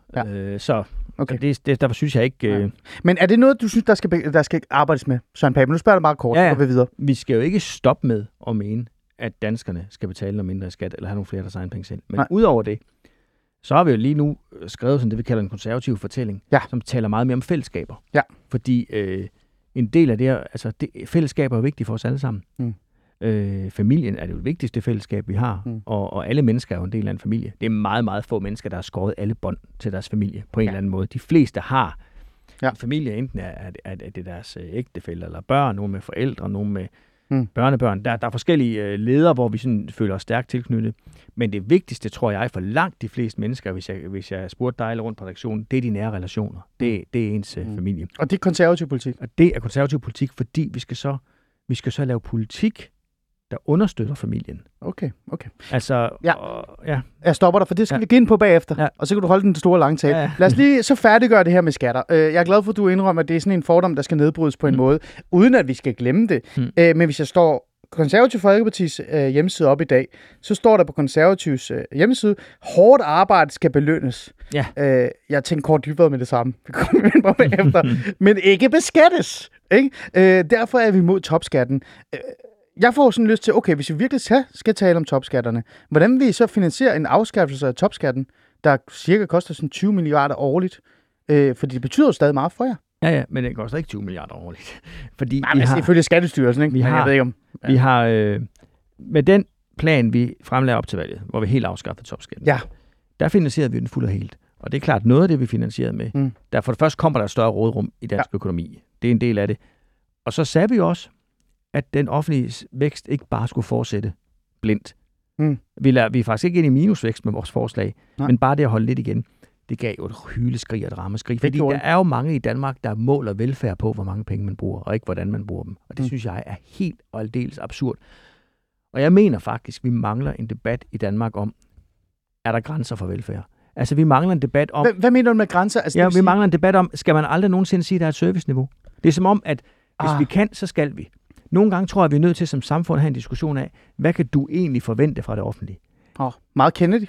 Ja. Derfor synes jeg ikke... Men er det noget, du synes, der skal arbejdes med, Søren Pape? Nu spørger jeg meget kort, og vi videre. Vi skal jo ikke stoppe med at mene, at danskerne skal betale noget mindre skat, eller have nogle flere, der egen penge selv. Men udover det, så har vi jo lige nu skrevet sådan det, vi kalder en konservativ fortælling, som taler meget mere om fællesskaber. Ja. Fordi en del af det her, altså fællesskaber er jo vigtigt for os alle sammen. Familien er det jo det vigtigste fællesskab, vi har, og alle mennesker er jo en del af en familie. Det er meget, meget få mennesker, der har skåret alle bånd til deres familie på en eller anden måde. De fleste har en familie, enten er det deres ægtefæller eller børn, nogen med forældre, nogen med børnebørn. Der er forskellige ledere, hvor vi sådan føler os stærkt tilknyttet. Men det vigtigste, tror jeg, for langt de fleste mennesker, hvis jeg spurgte dig rundt på redaktionen, det er de nære relationer. Det er ens familie. Og det er konservativ politik? Og det er konservativ politik, fordi vi skal så lave politik, der understøtter familien. Okay. Altså, jeg stopper dig, for det skal vi gå ind på bagefter, og så kan du holde den store lange tale. Lad os lige så færdiggøre det her med skatter. Jeg er glad for, at du indrømmer, at det er sådan en fordom, der skal nedbrydes på en måde, uden at vi skal glemme det. Men hvis jeg står Konservativ Folkepartis hjemmeside op i dag, så står der på Konservativs hjemmeside, hårdt arbejde skal belønnes. Ja. Jeg tænkte kort dybere med det samme. Vi kommer ind på bagefter. Men ikke beskattes. Ikke? Derfor er vi mod topskatten. Jeg får sådan lyst til, okay, hvis vi virkelig skal tale om topskatterne, hvordan vil I så finansiere en afskaffelse af topskatten, der cirka koster sådan 20 milliarder årligt? Fordi det betyder jo stadig meget for jer. Ja, men det koster ikke 20 milliarder årligt. Fordi ifølge Skattestyrelsen, ikke? Jeg ved ikke om. Vi har med den plan, vi fremlagde op til valget, hvor vi helt afskaffede topskatten, der finansierede vi den fuldt og helt. Og det er klart, noget af det, vi finansierede med, der for det første kommer der et større rådrum i dansk økonomi. Det er en del af det. Og så sagde vi også, at den offentlige vækst ikke bare skulle fortsætte blindt. Vi er faktisk ikke ind i minusvækst med vores forslag, men bare det at holde lidt igen, det gav jo et hyleskrig og et rammeskrig. Fordi der er jo mange i Danmark, der måler velfærd på, hvor mange penge man bruger, og ikke hvordan man bruger dem. Og det synes jeg er helt og aldeles absurd. Og jeg mener faktisk, vi mangler en debat i Danmark om, er der grænser for velfærd? Altså, vi mangler en debat om... Hvad mener du med grænser? Altså, vi mangler en debat om, skal man aldrig nogensinde sige, at der er et serviceniveau? Det er som om, at hvis vi kan, så skal vi. Nogle gange tror jeg, vi er nødt til som samfund at have en diskussion af, hvad kan du egentlig forvente fra det offentlige? Meget Kennedy.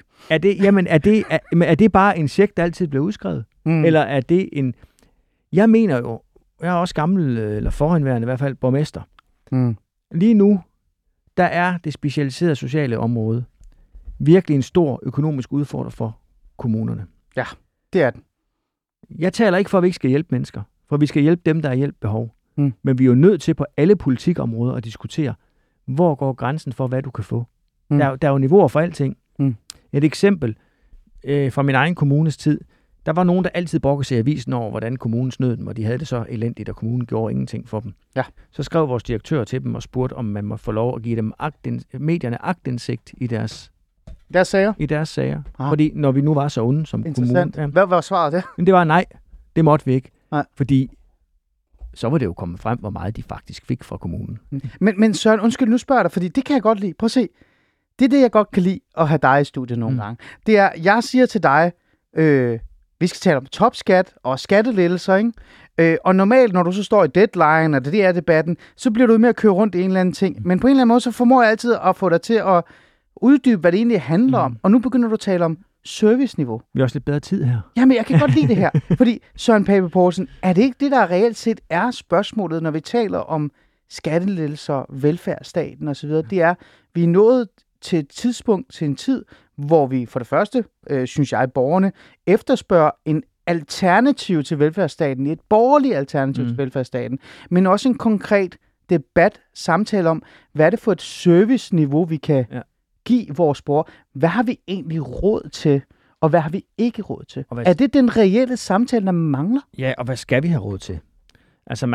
Er det bare en check, der altid bliver udskrevet? Eller er det en... Jeg mener jo, jeg er også gammel, eller forhenværende i hvert fald, borgmester. Lige nu, der er det specialiserede sociale område virkelig en stor økonomisk udfordring for kommunerne. Ja, det er den. Jeg taler ikke for, at vi ikke skal hjælpe mennesker, for vi skal hjælpe dem, der har hjælp behov. Men vi er jo nødt til på alle politikområder at diskutere, hvor går grænsen for, hvad du kan få. Der er jo niveauer for alting. Et eksempel fra min egen kommunes tid. Der var nogen, der altid brokkede sig i avisen over, hvordan kommunen snød dem, og de havde det så elendigt, og kommunen gjorde ingenting for dem. Ja. Så skrev vores direktør til dem og spurgte, om man må få lov at give dem medierne aktindsigt i deres sager. Fordi når vi nu var så onde som kommune. Ja. Hvad var svaret det? Men det var nej, det måtte vi ikke. Nej. Fordi så var det jo kommet frem, hvor meget de faktisk fik fra kommunen. Men Søren, undskyld, nu spørger jeg dig, fordi det kan jeg godt lide. Prøv at se. Det er det, jeg godt kan lide at have dig i studiet nogle gange. Det er, jeg siger til dig, vi skal tale om topskat og skattelettelser, ikke? Og normalt, når du så står i Deadline, og det er debatten, så bliver du med at køre rundt i en eller anden ting. Men på en eller anden måde, så formår jeg altid at få dig til at uddybe, hvad det egentlig handler om. Og nu begynder du at tale om serviceniveau. Vi har også lidt bedre tid her. Jamen, jeg kan godt lide det her. Fordi, Søren Pape Poulsen, er det ikke det, der reelt set er spørgsmålet, når vi taler om skattelettelser, velfærdsstaten osv.? Det er, vi er nået til et tidspunkt, til en tid, hvor vi for det første, synes jeg, borgerne efterspørger en alternativ til velfærdsstaten, et borgerligt alternativ til velfærdsstaten, men også en konkret debat, samtale om, hvad er det for et serviceniveau, vi kan give vores borgere? Hvad har vi egentlig råd til, og hvad har vi ikke råd til? Er det den reelle samtale, der mangler? Ja, og hvad skal vi have råd til? Altså,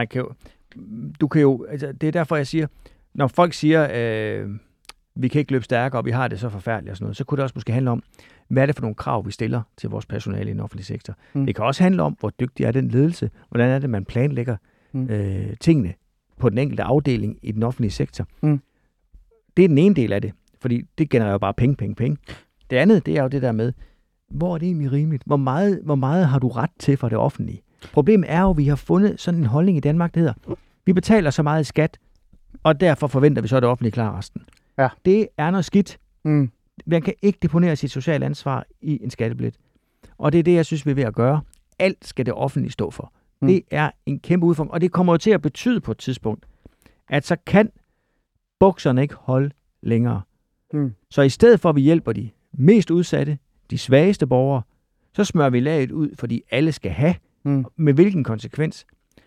det er derfor, jeg siger, når folk siger, vi kan ikke løbe stærkere, og vi har det så forfærdeligt og sådan noget, så kunne det også måske handle om, hvad er det for nogle krav, vi stiller til vores personale i den offentlige sektor. Det kan også handle om, hvor dygtig er den ledelse, hvordan er det, man planlægger tingene på den enkelte afdeling i den offentlige sektor. Det er den ene del af det, fordi det genererer jo bare penge. Det andet, det er jo det der med, hvor er det egentlig rimeligt? Hvor meget har du ret til fra det offentlige? Problemet er jo, at vi har fundet sådan en holdning i Danmark, der hedder, vi betaler så meget i skat, og derfor forventer vi så, at det offentlige klarer resten. Ja. Det er noget skidt. Man kan ikke deponere sit sociale ansvar i en skattebillet. Og det er det, jeg synes, vi er ved at gøre. Alt skal det offentlige stå for. Det er en kæmpe udfordring, og det kommer jo til at betyde på et tidspunkt, at så kan bukserne ikke holde længere. Så i stedet for, at vi hjælper de mest udsatte, de svageste borgere, så smører vi laget ud, fordi alle skal have. Med hvilken konsekvens?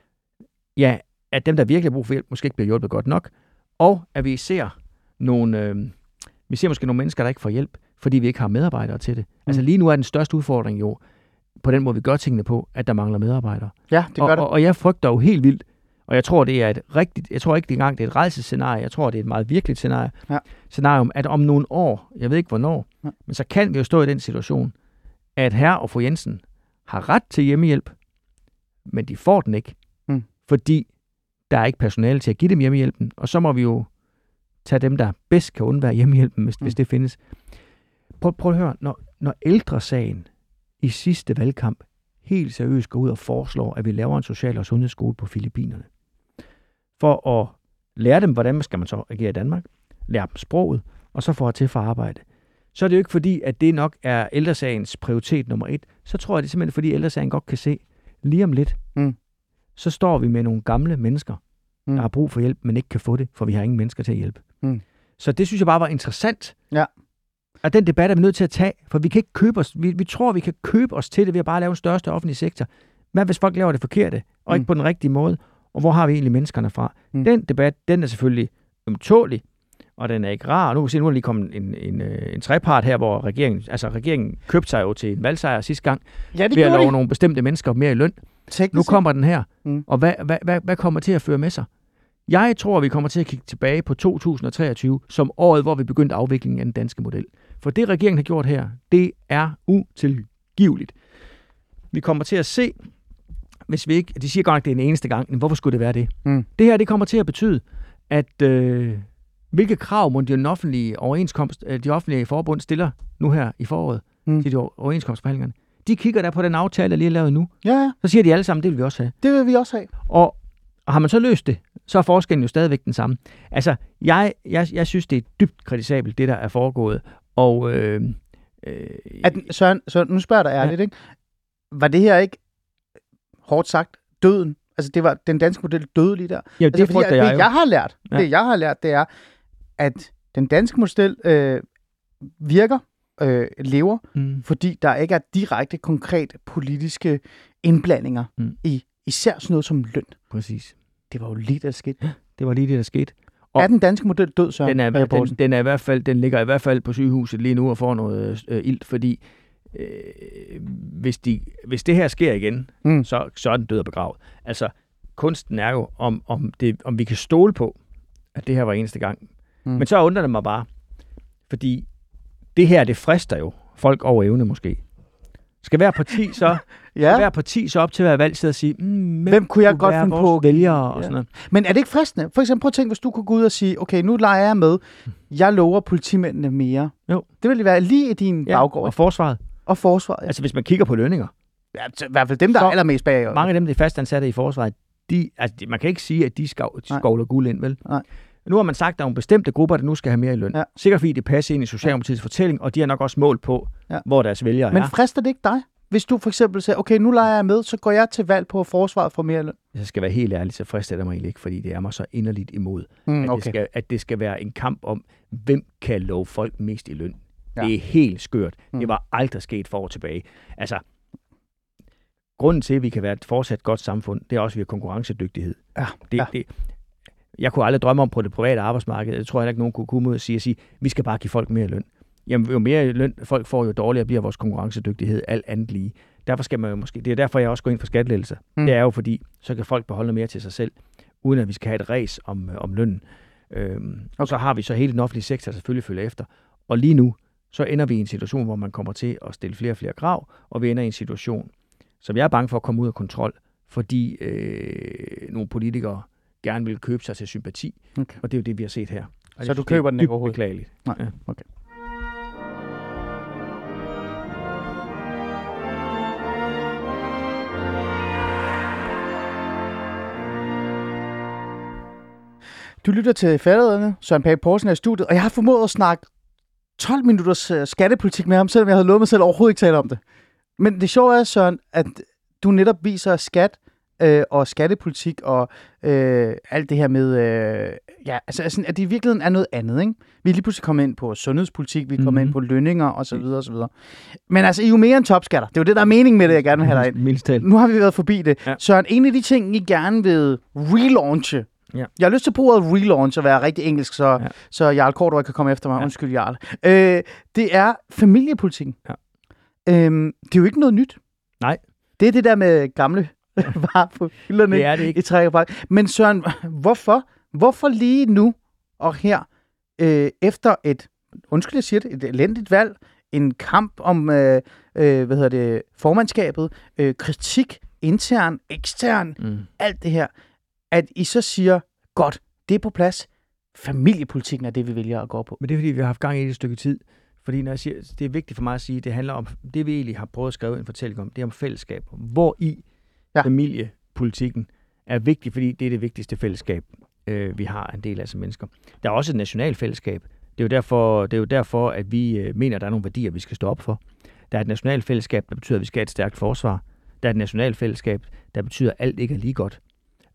Ja, at dem, der virkelig har brug for hjælp, måske ikke bliver hjulpet godt nok, og at vi ser måske nogle mennesker, der ikke får hjælp, fordi vi ikke har medarbejdere til det. Altså lige nu er den største udfordring jo, på den måde vi gør tingene på, at der mangler medarbejdere. Ja, det gør det. Og jeg frygter jo helt vildt, og jeg tror, det er jeg tror ikke engang, det er et rædselsscenarie, jeg tror, det er et meget virkeligt scenarie, at om nogle år, jeg ved ikke hvornår, men så kan vi jo stå i den situation, at herre og fru Jensen har ret til hjemmehjælp, men de får den ikke, fordi der er ikke personale til at give dem hjemmehjælpen, og så må vi jo tage dem, der bedst kan undvære hjemmehjælpen, hvis det findes. Prøv at høre, når Ældresagen i sidste valgkamp helt seriøst går ud og foreslår, at vi laver en social- og sundhedsskole på Filippinerne, for at lære dem, hvordan skal man så agere i Danmark, lære dem sproget, og så få til for arbejde. Så er det jo ikke fordi, at det nok er Ældresagens prioritet nummer 1. Så tror jeg, det er simpelthen fordi, Ældresagen godt kan se, lige om lidt, så står vi med nogle gamle mennesker, der har brug for hjælp, men ikke kan få det, for vi har ingen mennesker til at hjælpe. Så det synes jeg bare var interessant. Ja. Og den debat er vi nødt til at tage, for vi kan ikke købe os. Vi tror, vi kan købe os til det ved at bare lave en største offentlig sektor. Hvad hvis folk laver det forkerte, og ikke på den rigtige måde? Og hvor har vi egentlig menneskerne fra? Den debat, den er selvfølgelig ømtålig, og den er ikke rar. Nu er der lige kommet en trepart her, hvor regeringen købte sig jo til en valgsejr sidste gang, ved at love nogle bestemte mennesker mere i løn. Nu kommer den her, og hvad kommer til at føre med sig? Jeg tror, vi kommer til at kigge tilbage på 2023 som året, hvor vi begyndte afviklingen af den danske model. For det, regeringen har gjort her, det er utilgiveligt. Vi kommer til at se, hvis vi ikke... De siger godt nok, det er den eneste gang, men hvorfor skulle det være det? Det her, det kommer til at betyde, at hvilke krav må de offentlige forbund stiller nu her i foråret til de overenskomstforhandlingerne. De kigger der på den aftale, der lige er lavet nu. Ja. Så siger de alle sammen, det vil vi også have. Det vil vi også have. Og har man så løst det? så er forskellen jo stadigvæk den samme. Altså, jeg synes, det er dybt kritisabelt, det der er foregået. Og Søren, nu spørger jeg dig ærligt, ikke? Var det her ikke, hårdt sagt, døden? Altså, det var den danske model døde lige der? Ja, det altså, frygter jeg jo. Det, jeg har lært, det er, at den danske model virker, lever, fordi der ikke er direkte, konkret politiske indblandinger i især sådan noget som løn. Præcis. Det var jo lige det, der skete. Ja, det var lige det, der skete. Og er den danske model død, så? Den ligger i hvert fald på sygehuset lige nu og får noget ilt, fordi hvis det her sker igen, så er den død og begravet. Altså, kunsten er jo, om vi kan stole på, at det her var eneste gang. Men så undrer det mig bare, fordi det her, det frister jo folk over evne måske. Skal hver parti så op til hver valg sidde og sige, hvem kunne jeg godt finde på vælgere og sådan noget. Men er det ikke fristende? For eksempel prøv at tænke, hvis du kunne gå ud og sige, okay, nu leger jeg med, jeg lover politimændene mere. Jo. Det ville være lige i din baggård. Og forsvaret. Ja. Altså hvis man kigger på lønninger. Ja, i hvert fald dem, der er allermest bag. Mange af dem, der er fastansatte i forsvaret, man kan ikke sige, at de skovler guld ind, vel? Nej. Nu har man sagt, at der er nogle bestemte grupper, der nu skal have mere i løn. Ja. Sikkert fordi det passer ind i Socialdemokratiets fortælling, og de har nok også mål på, hvor deres vælgere er. Men frister det ikke dig? Hvis du for eksempel siger, okay, nu leger jeg med, så går jeg til valg på, at forsvaret får mere løn. Hvis jeg skal være helt ærlig, så frister det mig egentlig ikke, fordi det er mig så inderligt imod, at det skal være en kamp om, hvem kan love folk mest i løn. Ja. Det er helt skørt. Det var aldrig sket for år tilbage. Altså, grunden til, at vi kan være et fortsat godt samfund, det er også, at vi har konkurrencedygtighed. Ja. Jeg kunne aldrig drømme om på det private arbejdsmarked. Jeg tror heller ikke, nogen kunne komme ud og sige, vi skal bare give folk mere løn. Jamen, jo mere løn folk får, jo dårligere bliver vores konkurrencedygtighed alt andet lige. Derfor skal man jo måske, det er derfor, jeg også går ind for skattelettelser. Det er jo fordi, så kan folk beholde noget mere til sig selv, uden at vi skal have et ræs om lønnen. Og så har vi så hele den offentlige sektor selvfølgelig følger efter. Og lige nu, så ender vi i en situation, hvor man kommer til at stille flere og flere krav, og vi ender i en situation, som jeg er bange for at komme ud af kontrol, fordi nogle politikere gerne vil købe sig til sympati. Okay. Og det er jo det, vi har set her. Og så du køber den ikke overhovedet? Beklageligt. Nej, okay. Du lytter til Fædrelandet. Søren Pape Poulsen er i studiet, og jeg har formået at snakke 12 minutters skattepolitik med ham, selvom jeg havde lovet mig selv overhovedet ikke tale om det. Men det sjove er, Søren, at du netop viser skat og skattepolitik og alt det her med, altså, at det i virkeligheden er noget andet, ikke? Vi er lige pludselig kommet ind på sundhedspolitik, vi er kommet ind på lønninger og så videre og så videre. Men altså, I er jo mere end topskatter. Det er jo det, der er mening med det, jeg gerne vil have dig ind. Nu har vi været forbi det. Ja. Søren, en af de ting, I gerne vil relaunche, jeg har lyst til at bruge ordet relaunch og være rigtig engelsk, så Jarl Kortøj kan komme efter mig. Undskyld, Jarl. Det er familiepolitikken. Ja. Det er jo ikke noget nyt. Nej. Det er det der med gamle varer på hylderne. Det er det ikke. I trækker. Men Søren, hvorfor lige nu og her, efter et, undskyld jeg siger det, et elendigt valg, en kamp om formandskabet, kritik, intern, ekstern, alt det her, at I så siger, godt, det er på plads, familiepolitikken er det, vi vælger at gå på. Men det er fordi, vi har haft gang i det et stykke tid. Fordi når jeg siger, det er vigtigt for mig at sige, det handler om, det vi egentlig har prøvet at skrive en fortælling om, det er om fællesskab. Hvor i familiepolitikken er vigtigt, fordi det er det vigtigste fællesskab, vi har en del af som mennesker. Der er også et nationalt fællesskab. Det er jo derfor, at vi mener, at der er nogle værdier, vi skal stå op for. Der er et nationalt fællesskab, der betyder, at vi skal have et stærkt forsvar. Der er et nationalt fællesskab, der betyder, at alt ikke er lige godt.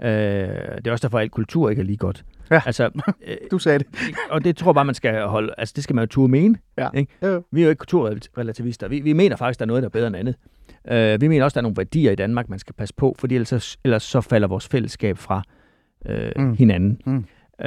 Det er også derfor, at alt kultur ikke er lige godt. Ja, altså, du sagde det. Og det tror jeg bare, man skal holde. Altså, det skal man jo turde mene. Ja. Ikke? Vi er jo ikke kulturrelativister. Vi mener faktisk, der er noget, der er bedre end andet. Vi mener også, der er nogle værdier i Danmark, man skal passe på, fordi ellers så falder vores fællesskab fra hinanden.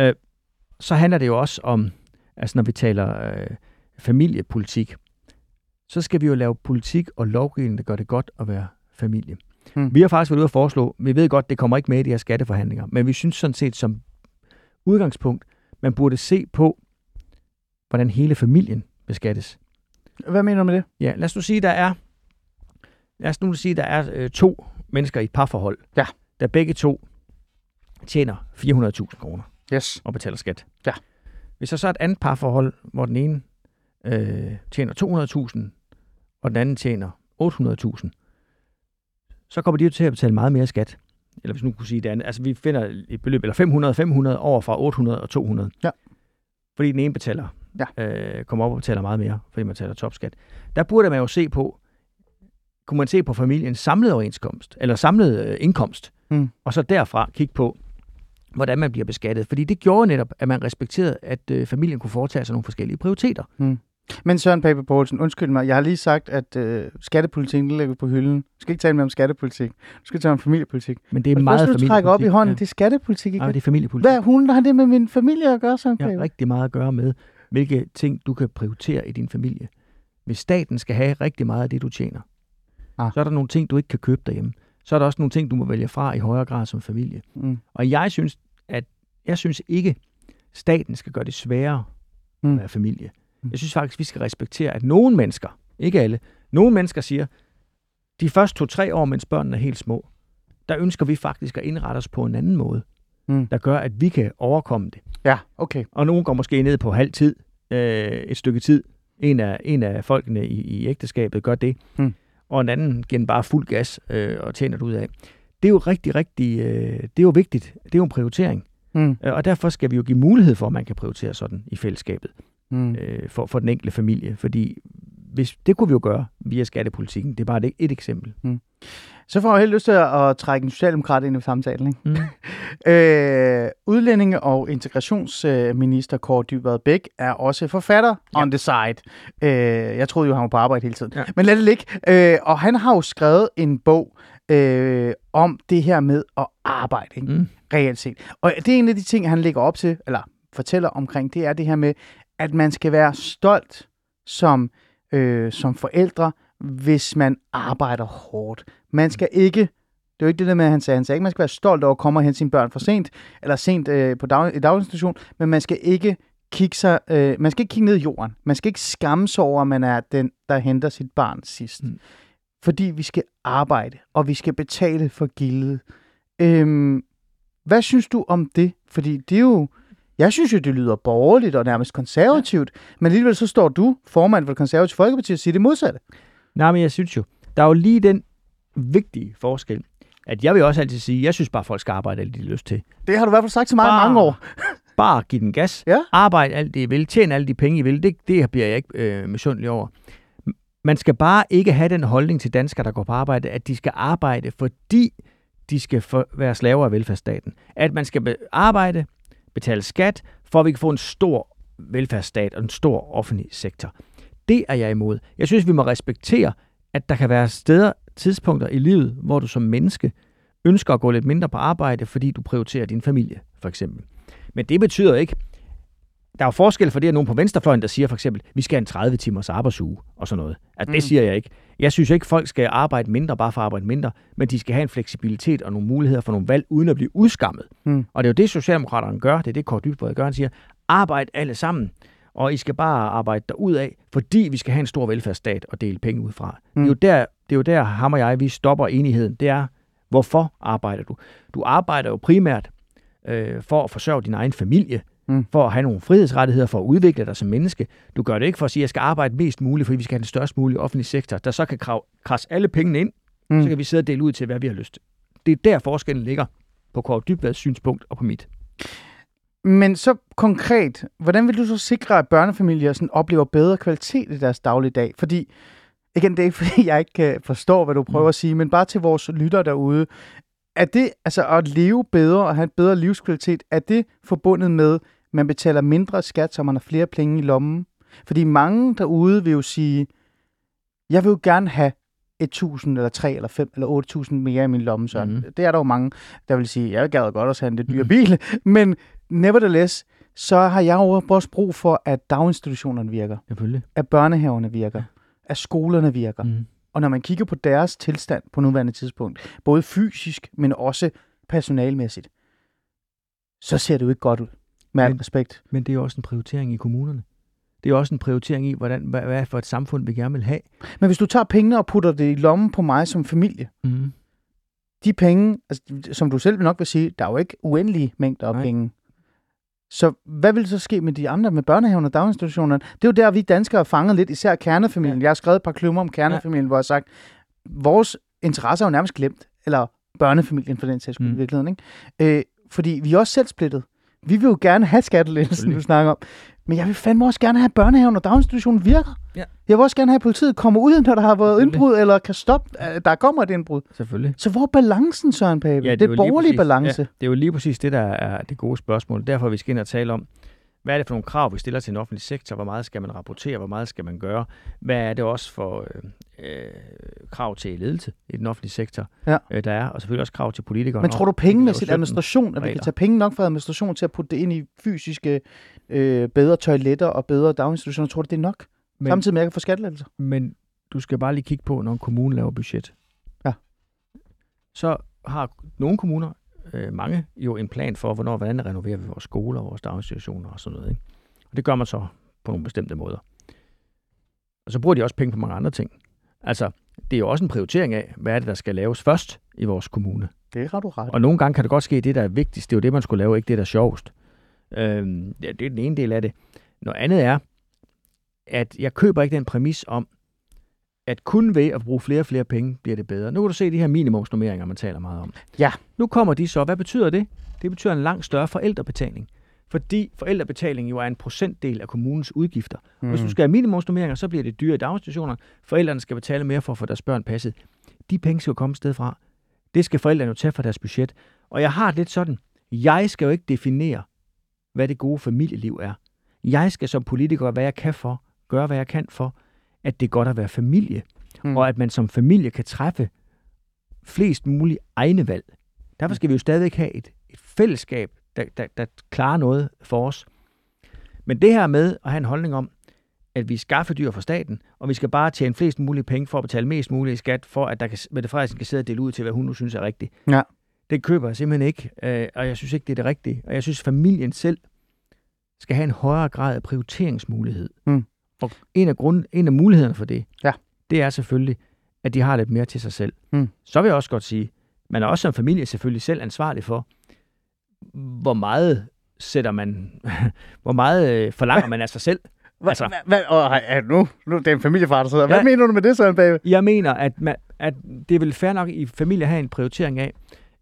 Så handler det jo også om, altså når vi taler familiepolitik, så skal vi jo lave politik og lovgivning, der gør det godt at være familie. Vi har faktisk været ude at foreslå, vi ved godt, det kommer ikke med i de her skatteforhandlinger, men vi synes sådan set som udgangspunkt, man burde se på, hvordan hele familien beskattes. Hvad mener du med det? Ja, lad os nu sige, der er 2 mennesker i et parforhold, der begge 2 tjener 400.000 kroner og betaler skat. Ja. Hvis der så er et andet parforhold, hvor den ene tjener 200.000, og den anden tjener 800.000, så kommer de jo til at betale meget mere skat. eller hvis nu kunne sige det andet, altså vi finder et beløb, eller 500 over fra 800 og 200. Ja. Fordi den ene kommer op og betaler meget mere, fordi man betaler topskat. Der burde man jo kunne man se på familiens samlede overenskomst, eller samlede indkomst, og så derfra kigge på, hvordan man bliver beskattet. Fordi det gjorde netop, at man respekterede, at familien kunne foretage sig nogle forskellige prioriteter. Men Søren Pape Poulsen, undskyld mig, jeg har lige sagt, at skattepolitikken ligger på hylden. Du skal ikke tale mere om skattepolitik. Du skal tale om familiepolitik. Men det er meget familiepolitik. Du trækker op i hånden, det er skattepolitik, ikke? Nej, det er familiepolitik. Hvad hun har det med min familie at gøre, Søren Pape? Jeg har rigtig meget at gøre med, hvilke ting du kan prioritere i din familie. Hvis staten skal have rigtig meget af det, du tjener, så er der nogle ting, du ikke kan købe derhjemme. Så er der også nogle ting, du må vælge fra i højere grad som familie. Og jeg synes ikke, staten skal gøre det sværere at være familie. Jeg synes faktisk, vi skal respektere, at nogle mennesker, ikke alle, nogle mennesker siger, de første 2-3 år, mens børnene er helt små, der ønsker vi faktisk at indrette os på en anden måde, der gør, at vi kan overkomme det. Ja, okay. Og nogen går måske ned på halv tid, et stykke tid. En af folkene i ægteskabet gør det, og en anden giver bare fuld gas og tjener det ud af. Det er jo rigtig, det er jo vigtigt. Det er jo en prioritering. Og derfor skal vi jo give mulighed for, at man kan prioritere sådan i fællesskabet for den enkelte familie. Fordi det kunne vi jo gøre via skattepolitikken. Det er bare et eksempel. Så får jeg helt lyst til at trække en socialdemokrat ind i samtalen. Ikke? Udlændinge- og integrationsminister Kaare Dybvad Bek er også forfatter on the side. Jeg troede jo, han var på arbejde hele tiden. Ja. Men lad det ligge. Og han har jo skrevet en bog om det her med at arbejde, ikke? Reelt set. Og det er en af de ting, han lægger op til, eller fortæller omkring, det er det her med, at man skal være stolt som forældre, hvis man arbejder hårdt. Man skal ikke, det er jo ikke det der med, han sagde ikke, man skal være stolt over at komme og hente sine børn for sent, eller sent i daginstitution, men man skal ikke man skal ikke kigge ned i jorden. Man skal ikke skamme sig over, at man er den, der henter sit barn sidst. Fordi vi skal arbejde, og vi skal betale for gildet. Hvad synes du om det? Fordi det er jo, jeg synes jo, det lyder borgerligt og nærmest konservativt, men alligevel så står du, formand for det konservative Folkeparti, og siger det modsatte. Nej, men jeg synes jo, der er jo lige den vigtige forskel, at jeg vil også altid sige, jeg synes bare, folk skal arbejde alt det, de har lyst til. Det har du i hvert fald sagt til mig i mange år. Bare giv den gas. Ja. Arbejde alt det, I vil. Tjen alle de penge, I vil. Det bliver jeg ikke misundelig over. Man skal bare ikke have den holdning til danskere, der går på arbejde, at de skal arbejde, fordi de skal være slaver af velfærdsstaten. At man skal arbejde, betale skat, for at vi kan få en stor velfærdsstat og en stor offentlig sektor. Det er jeg imod. Jeg synes, vi må respektere, at der kan være tidspunkter i livet, hvor du som menneske ønsker at gå lidt mindre på arbejde, fordi du prioriterer din familie, for eksempel. Men det betyder ikke, der er jo forskel for det, at nogen på venstrefløjen, der siger for eksempel, vi skal have en 30 timers arbejdsuge og sådan noget. Altså, det siger jeg ikke. Jeg synes ikke, folk skal arbejde mindre, bare for at arbejde mindre, men de skal have en fleksibilitet og nogle muligheder for nogle valg, uden at blive udskammet. Og det er jo det, Socialdemokraterne gør. Det er det, Kaare Dybvad gør. Han siger, arbejde alle sammen, og I skal bare arbejde derudad, fordi vi skal have en stor velfærdsstat og dele penge ud fra. Det er jo der, ham og jeg, vi stopper enigheden. Det er, hvorfor arbejder du? Du arbejder jo primært for at forsørge din egen familie, for at have nogle frihedsrettigheder, for at udvikle dig som menneske. Du gør det ikke for at sige, at jeg skal arbejde mest muligt, fordi vi skal have den størst mulige offentlige sektor, der så kan krasse alle pengene ind, så kan vi sidde og dele ud til, hvad vi har lyst til. Det er der forskellen ligger på Kaare Dybvads synspunkt og på mit. Men så konkret, hvordan vil du så sikre, at børnefamilier sådan oplever bedre kvalitet i deres dagligdag? Fordi, igen, det er ikke fordi, jeg ikke forstår, hvad du prøver at sige, men bare til vores lyttere derude, er det, altså at leve bedre og have en bedre livskvalitet, er det forbundet med, at man betaler mindre skat, så man har flere penge i lommen? Fordi mange derude vil jo sige, jeg vil jo gerne have 1.000 eller 3 eller 5 eller 8.000 mere i min lomme, Søren. Det er der jo mange, der vil sige, jeg gad godt også have en lidt dyre bil, men nevertheless, så har jeg jo også brug for, at daginstitutionerne virker, at børnehaverne virker, at skolerne virker. Og når man kigger på deres tilstand på nuværende tidspunkt, både fysisk, men også personalmæssigt, så ser det jo ikke godt ud, med al respekt. Men det er jo også en prioritering i kommunerne. Det er også en prioritering i, hvad for et samfund vi gerne vil have. Men hvis du tager pengene og putter det i lommen på mig som familie, de penge, altså, som du selv nok vil sige, der er jo ikke uendelige mængder af penge. Så hvad vil så ske med de andre, med børnehaven og daginstitutionerne? Det er jo der, vi danskere har fanget lidt, især kernefamilien. Jeg har skrevet et par klummer om kernefamilien, hvor jeg har sagt, vores interesser er jo nærmest glemt, eller børnefamilien for den sags skyld i virkeligheden, ikke? Fordi vi er også selv splittet. Vi vil jo gerne have skattelettelsen, du snakker om. Men jeg vil fandme også gerne have, at børnehaven og daginstitutionen virker. Ja. Jeg vil også gerne have, at politiet kommer ud, når der har været indbrud, eller kan stoppe, der kommer et indbrud. Selvfølgelig. Så hvor er balancen, Søren Pape? Ja, det er borgerlige balance. Ja, det er jo lige præcis det, der er det gode spørgsmål. Derfor vi skal ind og tale om, hvad er det for nogle krav, vi stiller til en offentlig sektor? Hvor meget skal man rapportere? Hvor meget skal man gøre? Hvad er det også for krav til ledelse i den offentlige sektor, der er? Og selvfølgelig også krav til politikere. Men tror du pengene til administration, at vi kan tage penge nok fra administration til at putte det ind i fysiske bedre toiletter og bedre daginstitutioner? Tror du, det er nok? Samtidig med at få skattelettelser? Men du skal bare lige kigge på, når en kommune laver budget. Ja. Så har nogle kommuner, mange jo en plan for, hvordan renoverer vi vores skoler, vores daginstitutioner og sådan noget. Ikke? Og det gør man så på nogle bestemte måder. Og så bruger de også penge på mange andre ting. Altså, det er jo også en prioritering af, hvad er det, der skal laves først i vores kommune. Det er ret ret. Og nogle gange kan det godt ske, det der er vigtigst, det er jo det, man skulle lave, ikke det, der er sjovest. Det er den ene del af det. Noget andet er, at jeg køber ikke den præmis om, at kun ved at bruge flere og flere penge, bliver det bedre. Nu kan du se de her minimumsnormeringer, man taler meget om. Ja. Nu kommer de så. Hvad betyder det? Det betyder en langt større forældrebetaling. Fordi forældrebetaling jo er en procentdel af kommunens udgifter. Hvis du skal have minimumsnormeringer, så bliver det dyre i daginstitutioner. Forældrene skal betale mere for at få deres børn passet. De penge skal jo komme et sted fra. Det skal forældrene jo tage fra deres budget. Og jeg har det lidt sådan, jeg skal jo ikke definere, hvad det gode familieliv er. Jeg skal som politiker gøre, hvad jeg kan for, at det er godt at være familie. Og at man som familie kan træffe flest mulige egne valg. Derfor skal vi jo stadig have et fællesskab, der klarer noget for os. Men det her med at have en holdning om, at vi skaffer dyr for staten, og vi skal bare tjene flest mulige penge for at betale mest muligt i skat, for at Mette Frederiksen kan sidde og dele ud til, hvad hun nu synes er rigtigt. Ja. Det køber jeg simpelthen ikke, og jeg synes ikke, det er det rigtige. Og jeg synes, familien selv skal have en højere grad af prioriteringsmulighed. Og en af mulighederne for det, det er selvfølgelig, at de har lidt mere til sig selv. Så vil jeg også godt sige, man er også som familie selvfølgelig selv ansvarlig for, hvor meget forlanger man af sig selv. Altså, nu det er en familiefar, der sidder. Hvad mener du med det, Søren Pape? Jeg mener, at det er vel fair nok i familie at have en prioritering af,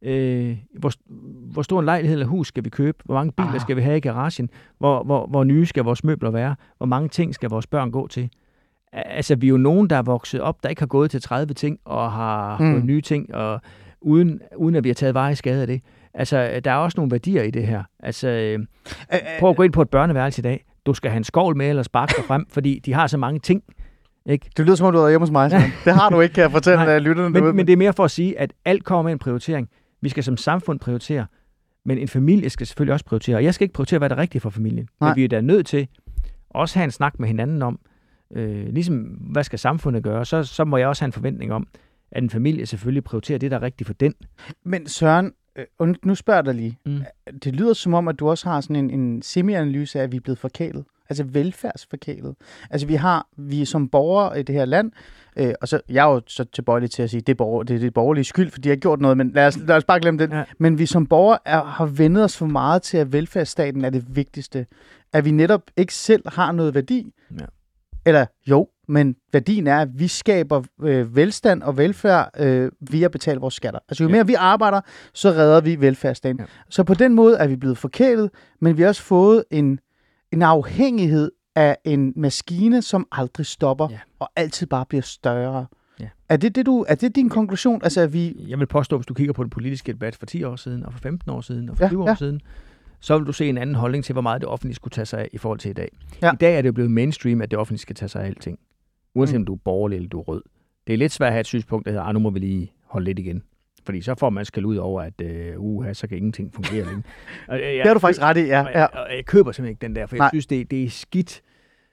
hvor stor en lejlighed eller hus skal vi købe, hvor mange biler skal vi have i garagen, hvor nye skal vores møbler være, hvor mange ting skal vores børn gå til. Altså, vi er jo nogen, der er vokset op, der ikke har gået til 30 ting, og har fået nye ting, og uden at vi har taget veje skade af det. Altså, der er også nogle værdier i det her. Altså, prøv at gå ind på et børneværelse i dag. Du skal have en skovl med, eller sparke dig frem, fordi de har så mange ting. Ikke? Det lyder som om, du er hjemme hos mig. Det har du ikke, kan jeg fortælle lytterne derude. Men det er mere for at sige, at alt kommer med en prioritering. Vi skal som samfund prioritere, men en familie skal selvfølgelig også prioritere. Og jeg skal ikke prioritere, hvad der er rigtigt for familien. Men vi er da nødt til også have en snak med hinanden om, ligesom hvad skal samfundet gøre, så må jeg også have en forventning om, at en familie selvfølgelig prioriterer det, der er rigtigt for den. Men Søren, nu spørger jeg dig lige. Det lyder som om, at du også har sådan en semi-analyse af, at vi er blevet forkælet. Altså velfærdsforkælet. Altså vi er som borgere i det her land, og så jeg er jo så tilbøjelig til at sige, det er det borgerlige skyld, fordi de har gjort noget, men lad os bare glemme det. Ja. Men vi som borgere har vendet os for meget til, at velfærdsstaten er det vigtigste. At vi netop ikke selv har noget værdi. Ja. Eller jo, men værdien er, at vi skaber velstand og velfærd via at betale vores skatter. Altså jo mere vi arbejder, så redder vi velfærdsstaten. Ja. Så på den måde er vi blevet forkælet, men vi har også fået en afhængighed af en maskine, som aldrig stopper, og altid bare bliver større. Ja. Er det din konklusion? Altså, Jeg vil påstå, hvis du kigger på den politiske debat for 10 år siden, og for 15 år siden, og for 20 år siden, så vil du se en anden holdning til, hvor meget det offentlige skulle tage sig af i forhold til i dag. Ja. I dag er det jo blevet mainstream, at det offentlige skal tage sig af alting. Uanset om du er borgerlig eller du er rød. Det er lidt svært at have et synspunkt, der hedder, nu må vi lige holde lidt igen. Fordi så får man skal ud over, at så kan ingenting fungere længe. Det har du faktisk ret i, ja. Og jeg køber simpelthen ikke den der, for jeg synes, det er skidt.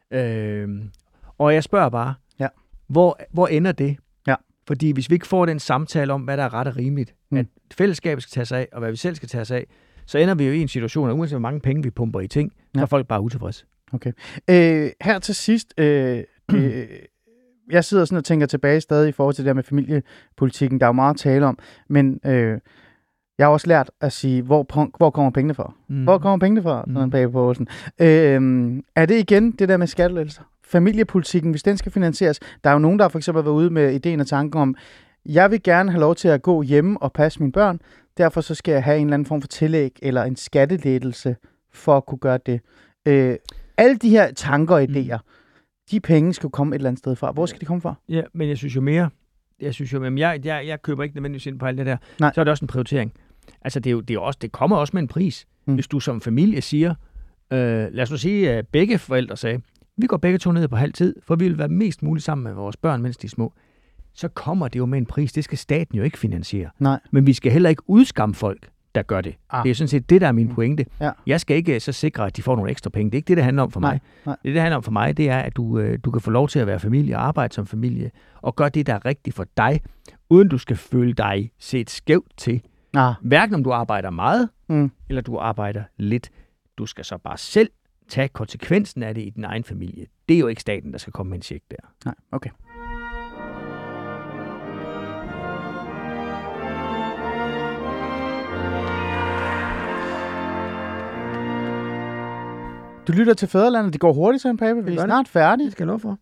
Og jeg spørger bare, hvor ender det? Ja. Fordi hvis vi ikke får den samtale om, hvad der er ret og rimeligt, at fællesskabet skal tage sig af, og hvad vi selv skal tage sig af, så ender vi jo i en situation, at uanset hvor mange penge vi pumper i ting, så er folk bare utilfredse. Okay. Her til sidst, jeg sidder sådan og tænker tilbage stadig i forhold til det der med familiepolitikken, der er jo meget at tale om, men jeg har også lært at sige, hvor kommer pengene fra? Hvor kommer pengene fra? Sådan Pape Poulsen. Er det igen det der med skattelettelser? Familiepolitikken, hvis den skal finansieres, der er jo nogen, der for eksempel har været ude med ideen og tanken om, jeg vil gerne have lov til at gå hjemme og passe mine børn, derfor så skal jeg have en eller anden form for tillæg eller en skattelettelse for at kunne gøre det. Alle de her tanker og idéer, de penge skal komme et eller andet sted fra. Hvor skal de komme fra? Ja, men jeg synes jo, jeg køber ikke nødvendigvis ind på alt det der. Nej. Så er det også en prioritering. Altså, det kommer også med en pris. Hvis du som familie siger, lad os nu sige, at begge forældre sagde, vi går begge to ned på halv tid, for vi vil være mest muligt sammen med vores børn, mens de er små. Så kommer det jo med en pris. Det skal staten jo ikke finansiere. Nej. Men vi skal heller ikke udskamme folk, der gør det. Det er sådan set det, der er min pointe. Ja. Jeg skal ikke så sikre, at de får nogle ekstra penge. Det er ikke det, det handler om for mig. Nej. Det handler om for mig, det er, at du kan få lov til at være familie og arbejde som familie, og gøre det, der er rigtigt for dig, uden du skal føle dig set skævt til. Hverken om du arbejder meget, eller du arbejder lidt. Du skal så bare selv tage konsekvensen af det i din egen familie. Det er jo ikke staten, der skal komme med en check der. Nej, okay. Du lytter til Fædrelandet. Det går hurtigt, Søren Pape. Vi er snart færdige. Det skal jeg lov for.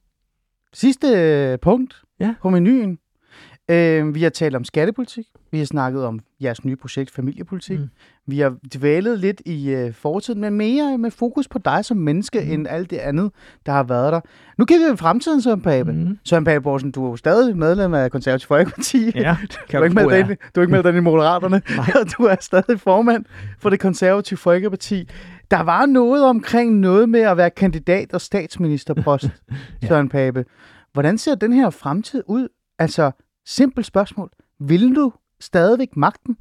Sidste punkt på menuen. Vi har talt om skattepolitik. Vi har snakket om jeres nye projekt, familiepolitik. Vi har dvælet lidt i fortiden, men mere med fokus på dig som menneske, end alt det andet, der har været der. Nu kigger vi i fremtiden, Søren Pape. Søren Pape Poulsen, du er jo stadig medlem af Konservative Folkeparti. Ja, du er ikke meldt ind i Moderaterne. Du er stadig formand for det Konservative Folkeparti. Der var noget omkring noget med at være kandidat og statsministerpost, Søren Pape. Hvordan ser den her fremtid ud? Altså, simpelt spørgsmål. Vil du stadigvæk magten?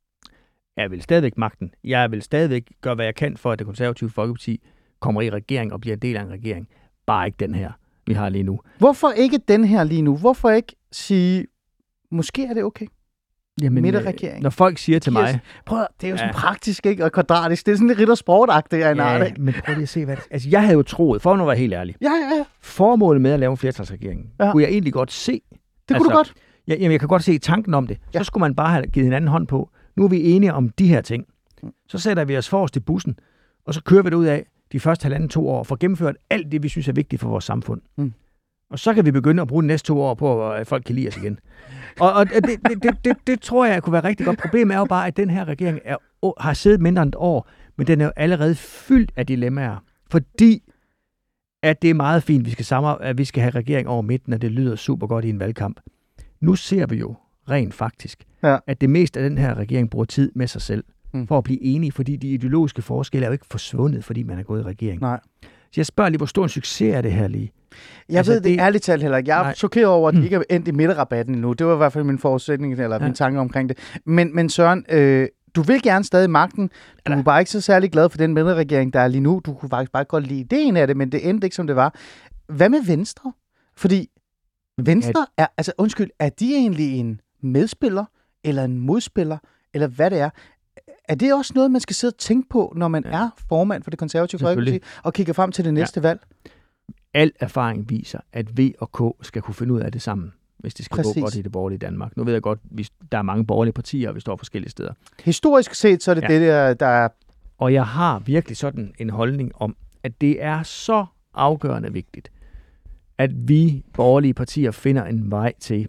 Jeg vil stadigvæk magten. Jeg vil stadigvæk gøre, hvad jeg kan for, at det Konservative Folkeparti kommer i regering og bliver en del af en regering. Bare ikke den her, vi har lige nu. Hvorfor ikke den her lige nu? Hvorfor ikke sige, måske er det okay? Jamen, midterregering. Når folk siger til mig... Prøv, det er jo sådan praktisk, ikke? Og kvadratisk. Det er sådan lidt riddersportagtigt af en art, ikke? Men prøv lige at se, hvad det... Altså, jeg havde jo troet, for nu at være helt ærlig. Ja. Formålet med at lave en flertalsregering, kunne jeg egentlig godt se. Det kunne du godt? Jamen, jeg kan godt se tanken om det. Så skulle man bare have givet hinanden hånd på. Nu er vi enige om de her ting. Så sætter vi os forrest i bussen, og så kører vi det ud af de første 1,5-2 år, for at gennemføre alt det, vi synes er vigtigt for vores samfund. Og så kan vi begynde at bruge de næste 2 år på, at folk kan lide os igen. Og det tror jeg kunne være rigtig godt. Problemet er jo bare, at den her regering har siddet mindre end et år, men den er jo allerede fyldt af dilemmaer. Fordi at det er meget fint, at vi skal have regering over midten, og det lyder super godt i en valgkamp. Nu ser vi jo rent faktisk, at det meste af den her regering bruger tid med sig selv for at blive enige, fordi de ideologiske forskelle er jo ikke forsvundet, fordi man er gået i regering. Nej. Så jeg spørger lige, hvor stor en succes er det her lige? Jeg ved det ærligt talt heller ikke. Jeg er chokeret over, at de ikke er endt i midterrabatten endnu. Det var i hvert fald min forudsætning, eller min tanke omkring det. Men Søren, du vil gerne stadig magten. Du er bare ikke så særlig glad for den midterregering, der er lige nu. Du kunne faktisk bare godt lide ideen af det, men det endte ikke, som det var. Hvad med Venstre? Fordi Venstre er de egentlig en medspiller, eller en modspiller, eller hvad det er? Er det også noget, man skal sidde og tænke på, når man er formand for det Konservative Folkeparti, og kigger frem til det næste valg? Al erfaring viser, at V og K skal kunne finde ud af det sammen, hvis det skal gå godt i det borgerlige Danmark. Nu ved jeg godt, der er mange borgerlige partier, og vi står forskellige steder. Historisk set, så er det det, der er... Og jeg har virkelig sådan en holdning om, at det er så afgørende vigtigt, at vi borgerlige partier finder en vej til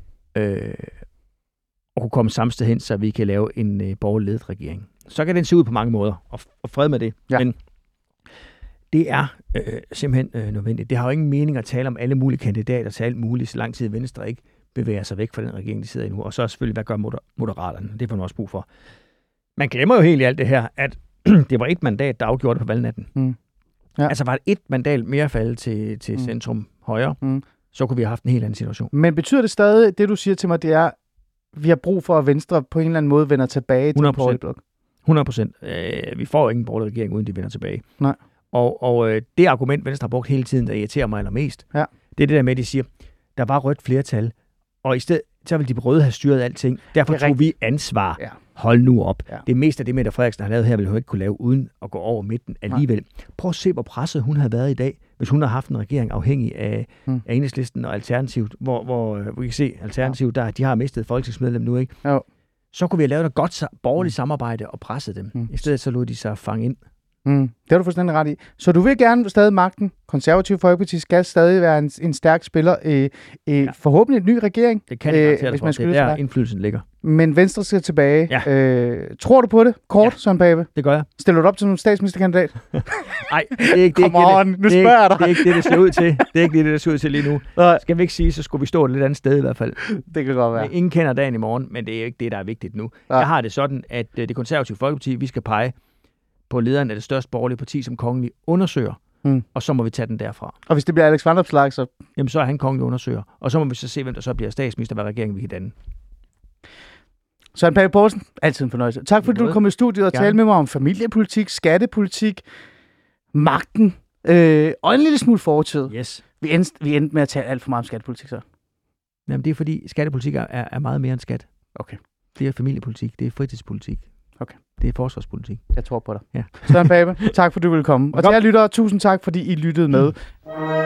at kunne komme samme sted hen, så vi kan lave en borgerlig ledet regering. Så kan den se ud på mange måder, og fred med det. Ja. Men det er simpelthen nødvendigt. Det har jo ingen mening at tale om alle mulige kandidater til alt muligt, så lang tid Venstre ikke bevæger sig væk fra den regering, de sidder i nu. Og så selvfølgelig, hvad gør Moderaterne? Det får man også brug for. Man glemmer jo helt i alt det her, at det var 1 mandat, der afgjorde det på valgnatten. Ja. Altså var det 1 mandat mere faldet til centrum højre, så kunne vi have haft en helt anden situation. Men betyder det stadig, det du siger til mig, det er, vi har brug for, at Venstre på en eller anden måde vender tilbage til en borgerlig blok? 100%. Vi får jo ingen borgerlig regering, uden de vender tilbage. Nej. Og det argument, Venstre har brugt hele tiden, der irriterer mig allermest, det er det der med, at de siger, der var rødt flertal, og i stedet, så ville de røde have styret alting. Derfor tog vi ansvar. Ja. Hold nu op. Ja. Det meste af det, Mette Frederiksen har lavet her, ville hun ikke kunne lave uden at gå over midten alligevel. Nej. Prøv at se, hvor presset hun havde været i dag, hvis hun har haft en regering afhængig af Enhedslisten og Alternativet, hvor vi kan se, Alternativet, de har mistet folketingsmedlem nu, ikke? Jo. Så kunne vi have lavet et godt borgerligt samarbejde og presset dem. I stedet så lod de sig fange ind Det har du fuldstændig ret i. Så du vil gerne stadig magten. Konservativ Folkeparti skal stadig være en stærk spiller. Forhåbentlig en ny regering. Det kan jeg hvis man det der indflydelsen ligger. Men Venstre skal tilbage. Ja. Tror du på det? Kort, Søren Pape? Det gør jeg. Stiller du op til en statsministerkandidat? Nej, det er ikke det. Nu spørger jeg dig. Det er ikke det, det ser ud til. Det er ikke det, det ser ud til lige nu. Nej. Skal vi ikke sige, så skulle vi stå et lidt andet sted i hvert fald. Det kan godt være. Ingen kender dagen i morgen, men det er ikke det, der er vigtigt nu. Nej. Jeg har det sådan, at det konservative Folkeparti, vi skal pege på lederen af det største borgerlige parti, som kongelig undersøger, og så må vi tage den derfra. Og hvis det bliver Alex Vanopslagh, så... Jamen, så er han kongelig undersøger. Og så må vi så se, hvem der så bliver statsminister, hvad regeringen vi kan danne. Søren Pape Poulsen, altid en fornøjelse. Tak fordi du kom i studiet og talte med mig om familiepolitik, skattepolitik, magten og en lille smule fortid. Yes. Vi endte med at tale alt for meget om skattepolitik så. Jamen, det er fordi skattepolitik er meget mere end skat. Okay. Det er familiepolitik, det er fritidspolitik. Okay. Det er forsvarspolitik. Jeg tror på dig. Ja. Søren Pape, tak fordi du ville komme. Og til jer lyttere, tusind tak fordi I lyttede med.